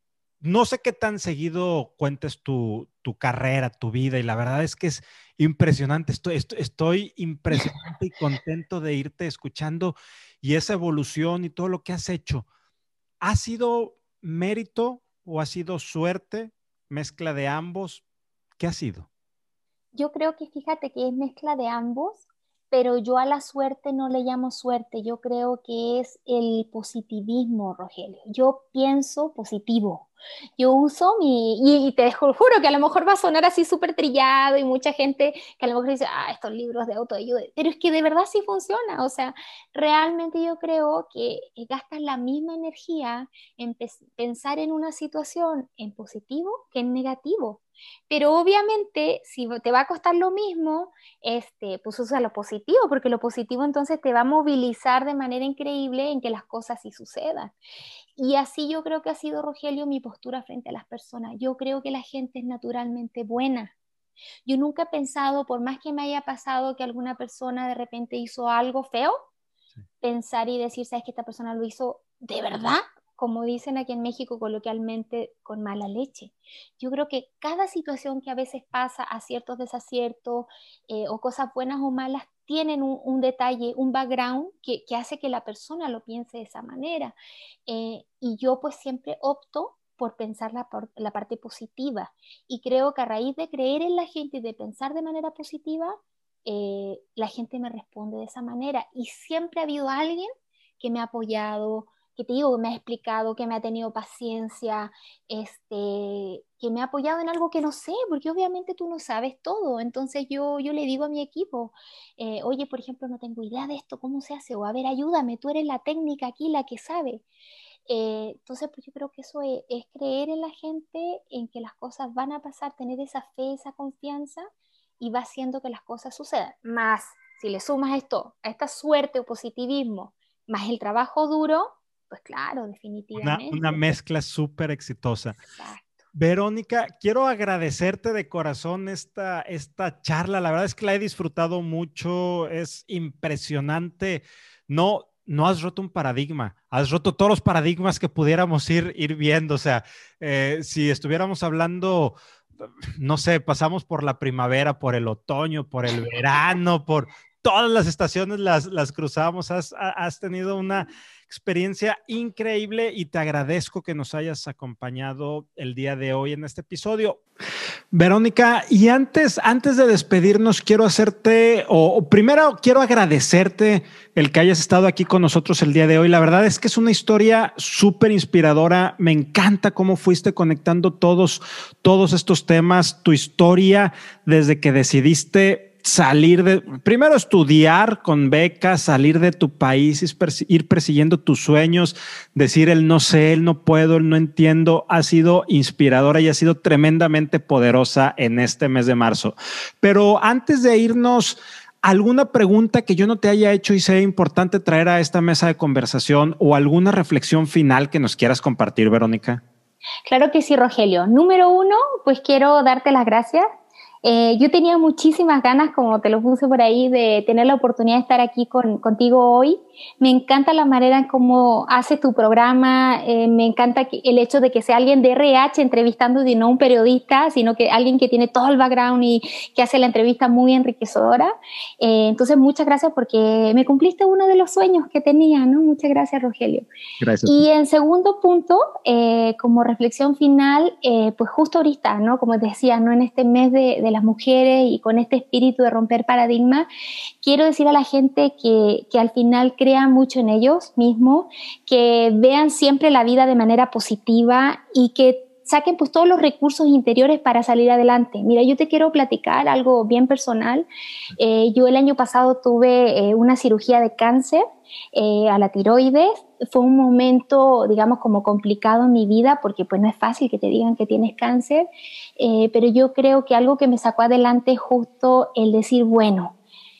No sé qué tan seguido cuentes tu, tu carrera, tu vida, y la verdad es que es impresionante. Estoy, estoy, estoy impresionante y contento de irte escuchando y esa evolución y todo lo que has hecho. ¿Ha sido mérito o ha sido suerte? ¿Mezcla de ambos? ¿Qué ha sido? Yo creo que fíjate que es mezcla de ambos, pero yo a la suerte no le llamo suerte, yo creo que es el positivismo, Rogelio. Yo pienso positivo. Yo uso mi, y, y te dejo- juro que a lo mejor va a sonar así súper trillado y mucha gente que a lo mejor dice, ah, estos libros de autoayuda, pero es que de verdad sí funciona. O sea, realmente yo creo que gastas la misma energía en pe- pensar en una situación en positivo que en negativo. Pero obviamente, si te va a costar lo mismo, este, pues usa lo positivo, porque lo positivo entonces te va a movilizar de manera increíble en que las cosas sí sucedan. Y así yo creo que ha sido, Rogelio, mi postura frente a las personas. Yo creo que la gente es naturalmente buena. Yo nunca he pensado, por más que me haya pasado que alguna persona de repente hizo algo feo, Sí. pensar y decir, ¿sabes que esta persona lo hizo de verdad? Como dicen aquí en México coloquialmente, con mala leche. Yo creo que cada situación que a veces pasa, aciertos, desaciertos, eh, o cosas buenas o malas, tienen un, un detalle, un background que, que, hace que la persona lo piense de esa manera. Eh, y yo pues siempre opto por pensar la, por, la parte positiva. Y creo que a raíz de creer en la gente y de pensar de manera positiva, eh, la gente me responde de esa manera. Y siempre ha habido alguien que me ha apoyado, que te digo, que me ha explicado, que me ha tenido paciencia, este, que me ha apoyado en algo que no sé, porque obviamente tú no sabes todo. Entonces yo, yo le digo a mi equipo, eh, oye, por ejemplo, no tengo idea de esto, ¿cómo se hace? O a ver, ayúdame, tú eres la técnica aquí, la que sabe. Eh, entonces, pues yo creo que eso es, es creer en la gente, en que las cosas van a pasar, tener esa fe, esa confianza y va haciendo que las cosas sucedan. Más, si le sumas esto, a esta suerte o positivismo, más el trabajo duro, pues claro, Una, una definitivamente. mezcla súper exitosa. Exacto. Verónica, quiero agradecerte de corazón esta, esta charla. La verdad es que la he disfrutado mucho. Es impresionante. No, no has roto un paradigma. Has roto todos los paradigmas que pudiéramos ir, ir viendo. O sea, eh, si estuviéramos hablando, no sé, pasamos por la primavera, por el otoño, por el verano, por todas las estaciones las, las cruzamos. Has, has tenido una experiencia increíble y te agradezco que nos hayas acompañado el día de hoy en este episodio. Verónica, y antes, antes de despedirnos, quiero hacerte, o, o primero quiero agradecerte el que hayas estado aquí con nosotros el día de hoy. La verdad es que es una historia súper inspiradora. Me encanta cómo fuiste conectando todos, todos estos temas, tu historia desde que decidiste salir de, primero estudiar con becas, salir de tu país, ir persiguiendo tus sueños, decir el no sé, el no puedo, el no entiendo, ha sido inspiradora y ha sido tremendamente poderosa en este mes de marzo. Pero antes de irnos, ¿alguna pregunta que yo no te haya hecho y sea importante traer a esta mesa de conversación o alguna reflexión final que nos quieras compartir, Verónica? Claro que sí, Rogelio. Número uno, pues quiero darte las gracias. Eh, yo tenía muchísimas ganas, como te lo puse por ahí, de tener la oportunidad de estar aquí con, contigo hoy. Me encanta la manera en cómo haces tu programa, eh, me encanta que, el hecho de que sea alguien de R H entrevistando y no un periodista, sino que alguien que tiene todo el background y que hace la entrevista muy enriquecedora. Eh, entonces, muchas gracias porque me cumpliste uno de los sueños que tenía, ¿no? Muchas gracias, Rogelio. Gracias. Y en segundo punto, eh, como reflexión final, eh, pues justo ahorita, ¿no? Como te decía, ¿no? En este mes de, de las mujeres y con este espíritu de romper paradigmas, quiero decir a la gente que, que al final crean mucho en ellos mismos, que vean siempre la vida de manera positiva y que saquen pues todos los recursos interiores para salir adelante. Mira, yo te quiero platicar algo bien personal. Eh, yo el año pasado tuve eh, una cirugía de cáncer eh, a la tiroides. Fue un momento, digamos, como complicado en mi vida porque pues no es fácil que te digan que tienes cáncer, eh, pero yo creo que algo que me sacó adelante es justo el decir, bueno,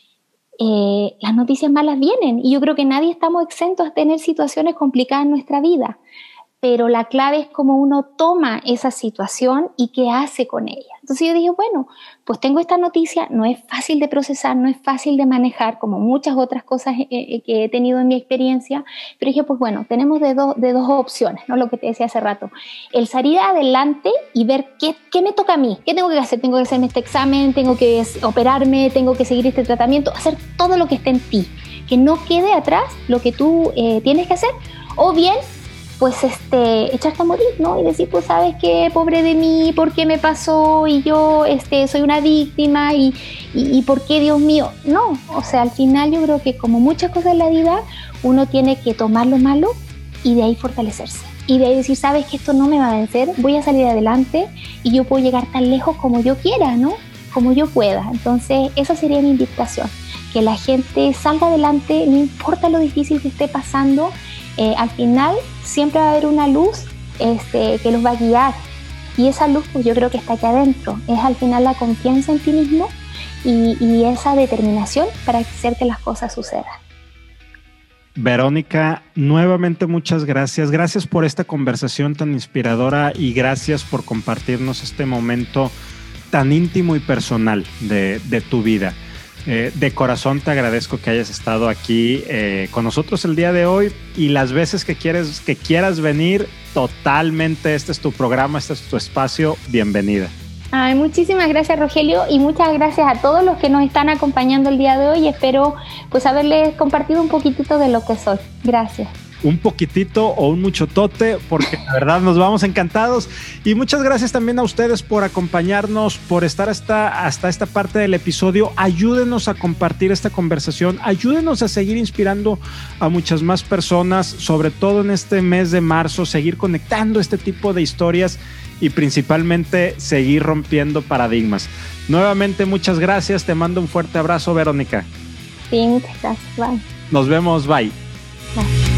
eh, las noticias malas vienen y yo creo que nadie estamos exentos a tener situaciones complicadas en nuestra vida. Pero la clave es cómo uno toma esa situación y qué hace con ella. Entonces yo dije, bueno, pues tengo esta noticia, no es fácil de procesar, no es fácil de manejar, como muchas otras cosas eh, que he tenido en mi experiencia, pero dije, pues bueno, tenemos de, do, de dos opciones, ¿no? Lo que te decía hace rato, el salir adelante y ver qué, qué me toca a mí, qué tengo que hacer, tengo que hacerme este examen, tengo que operarme, tengo que seguir este tratamiento, hacer todo lo que esté en ti, que no quede atrás lo que tú eh, tienes que hacer, o bien pues este, echarte a morir, ¿no? Y decir, pues, ¿sabes qué? Pobre de mí, ¿por qué me pasó? Y yo este, soy una víctima, y, y, y ¿por qué, Dios mío? No, o sea, al final yo creo que como muchas cosas en la vida, uno tiene que tomar lo malo y de ahí fortalecerse. Y de ahí decir, ¿sabes que esto no me va a vencer? Voy a salir adelante y yo puedo llegar tan lejos como yo quiera, ¿no? Como yo pueda. Entonces, esa sería mi invitación. Que la gente salga adelante, no importa lo difícil que esté pasando, eh, al final siempre va a haber una luz este, que los va a guiar, y esa luz pues yo creo que está aquí adentro, es al final la confianza en ti mismo y, y esa determinación para hacer que las cosas sucedan. Verónica, nuevamente muchas gracias, gracias por esta conversación tan inspiradora y gracias por compartirnos este momento tan íntimo y personal de, de tu vida. Eh, de corazón te agradezco que hayas estado aquí eh, con nosotros el día de hoy, y las veces que quieres, que quieras venir, totalmente, este es tu programa, este es tu espacio, bienvenida. Ay, muchísimas gracias, Rogelio, y muchas gracias a todos los que nos están acompañando el día de hoy. Espero pues haberles compartido un poquitito de lo que soy. Gracias. Un poquitito o un muchotote, porque la verdad nos vamos encantados. Y muchas gracias también a ustedes por acompañarnos, por estar hasta, hasta esta parte del episodio. Ayúdenos a compartir esta conversación, ayúdenos a seguir inspirando a muchas más personas, sobre todo en este mes de marzo, seguir conectando este tipo de historias y principalmente seguir rompiendo paradigmas. Nuevamente, muchas gracias. Te mando un fuerte abrazo, Verónica. Sí, muchas gracias. Bye. Nos vemos. Bye. Bye.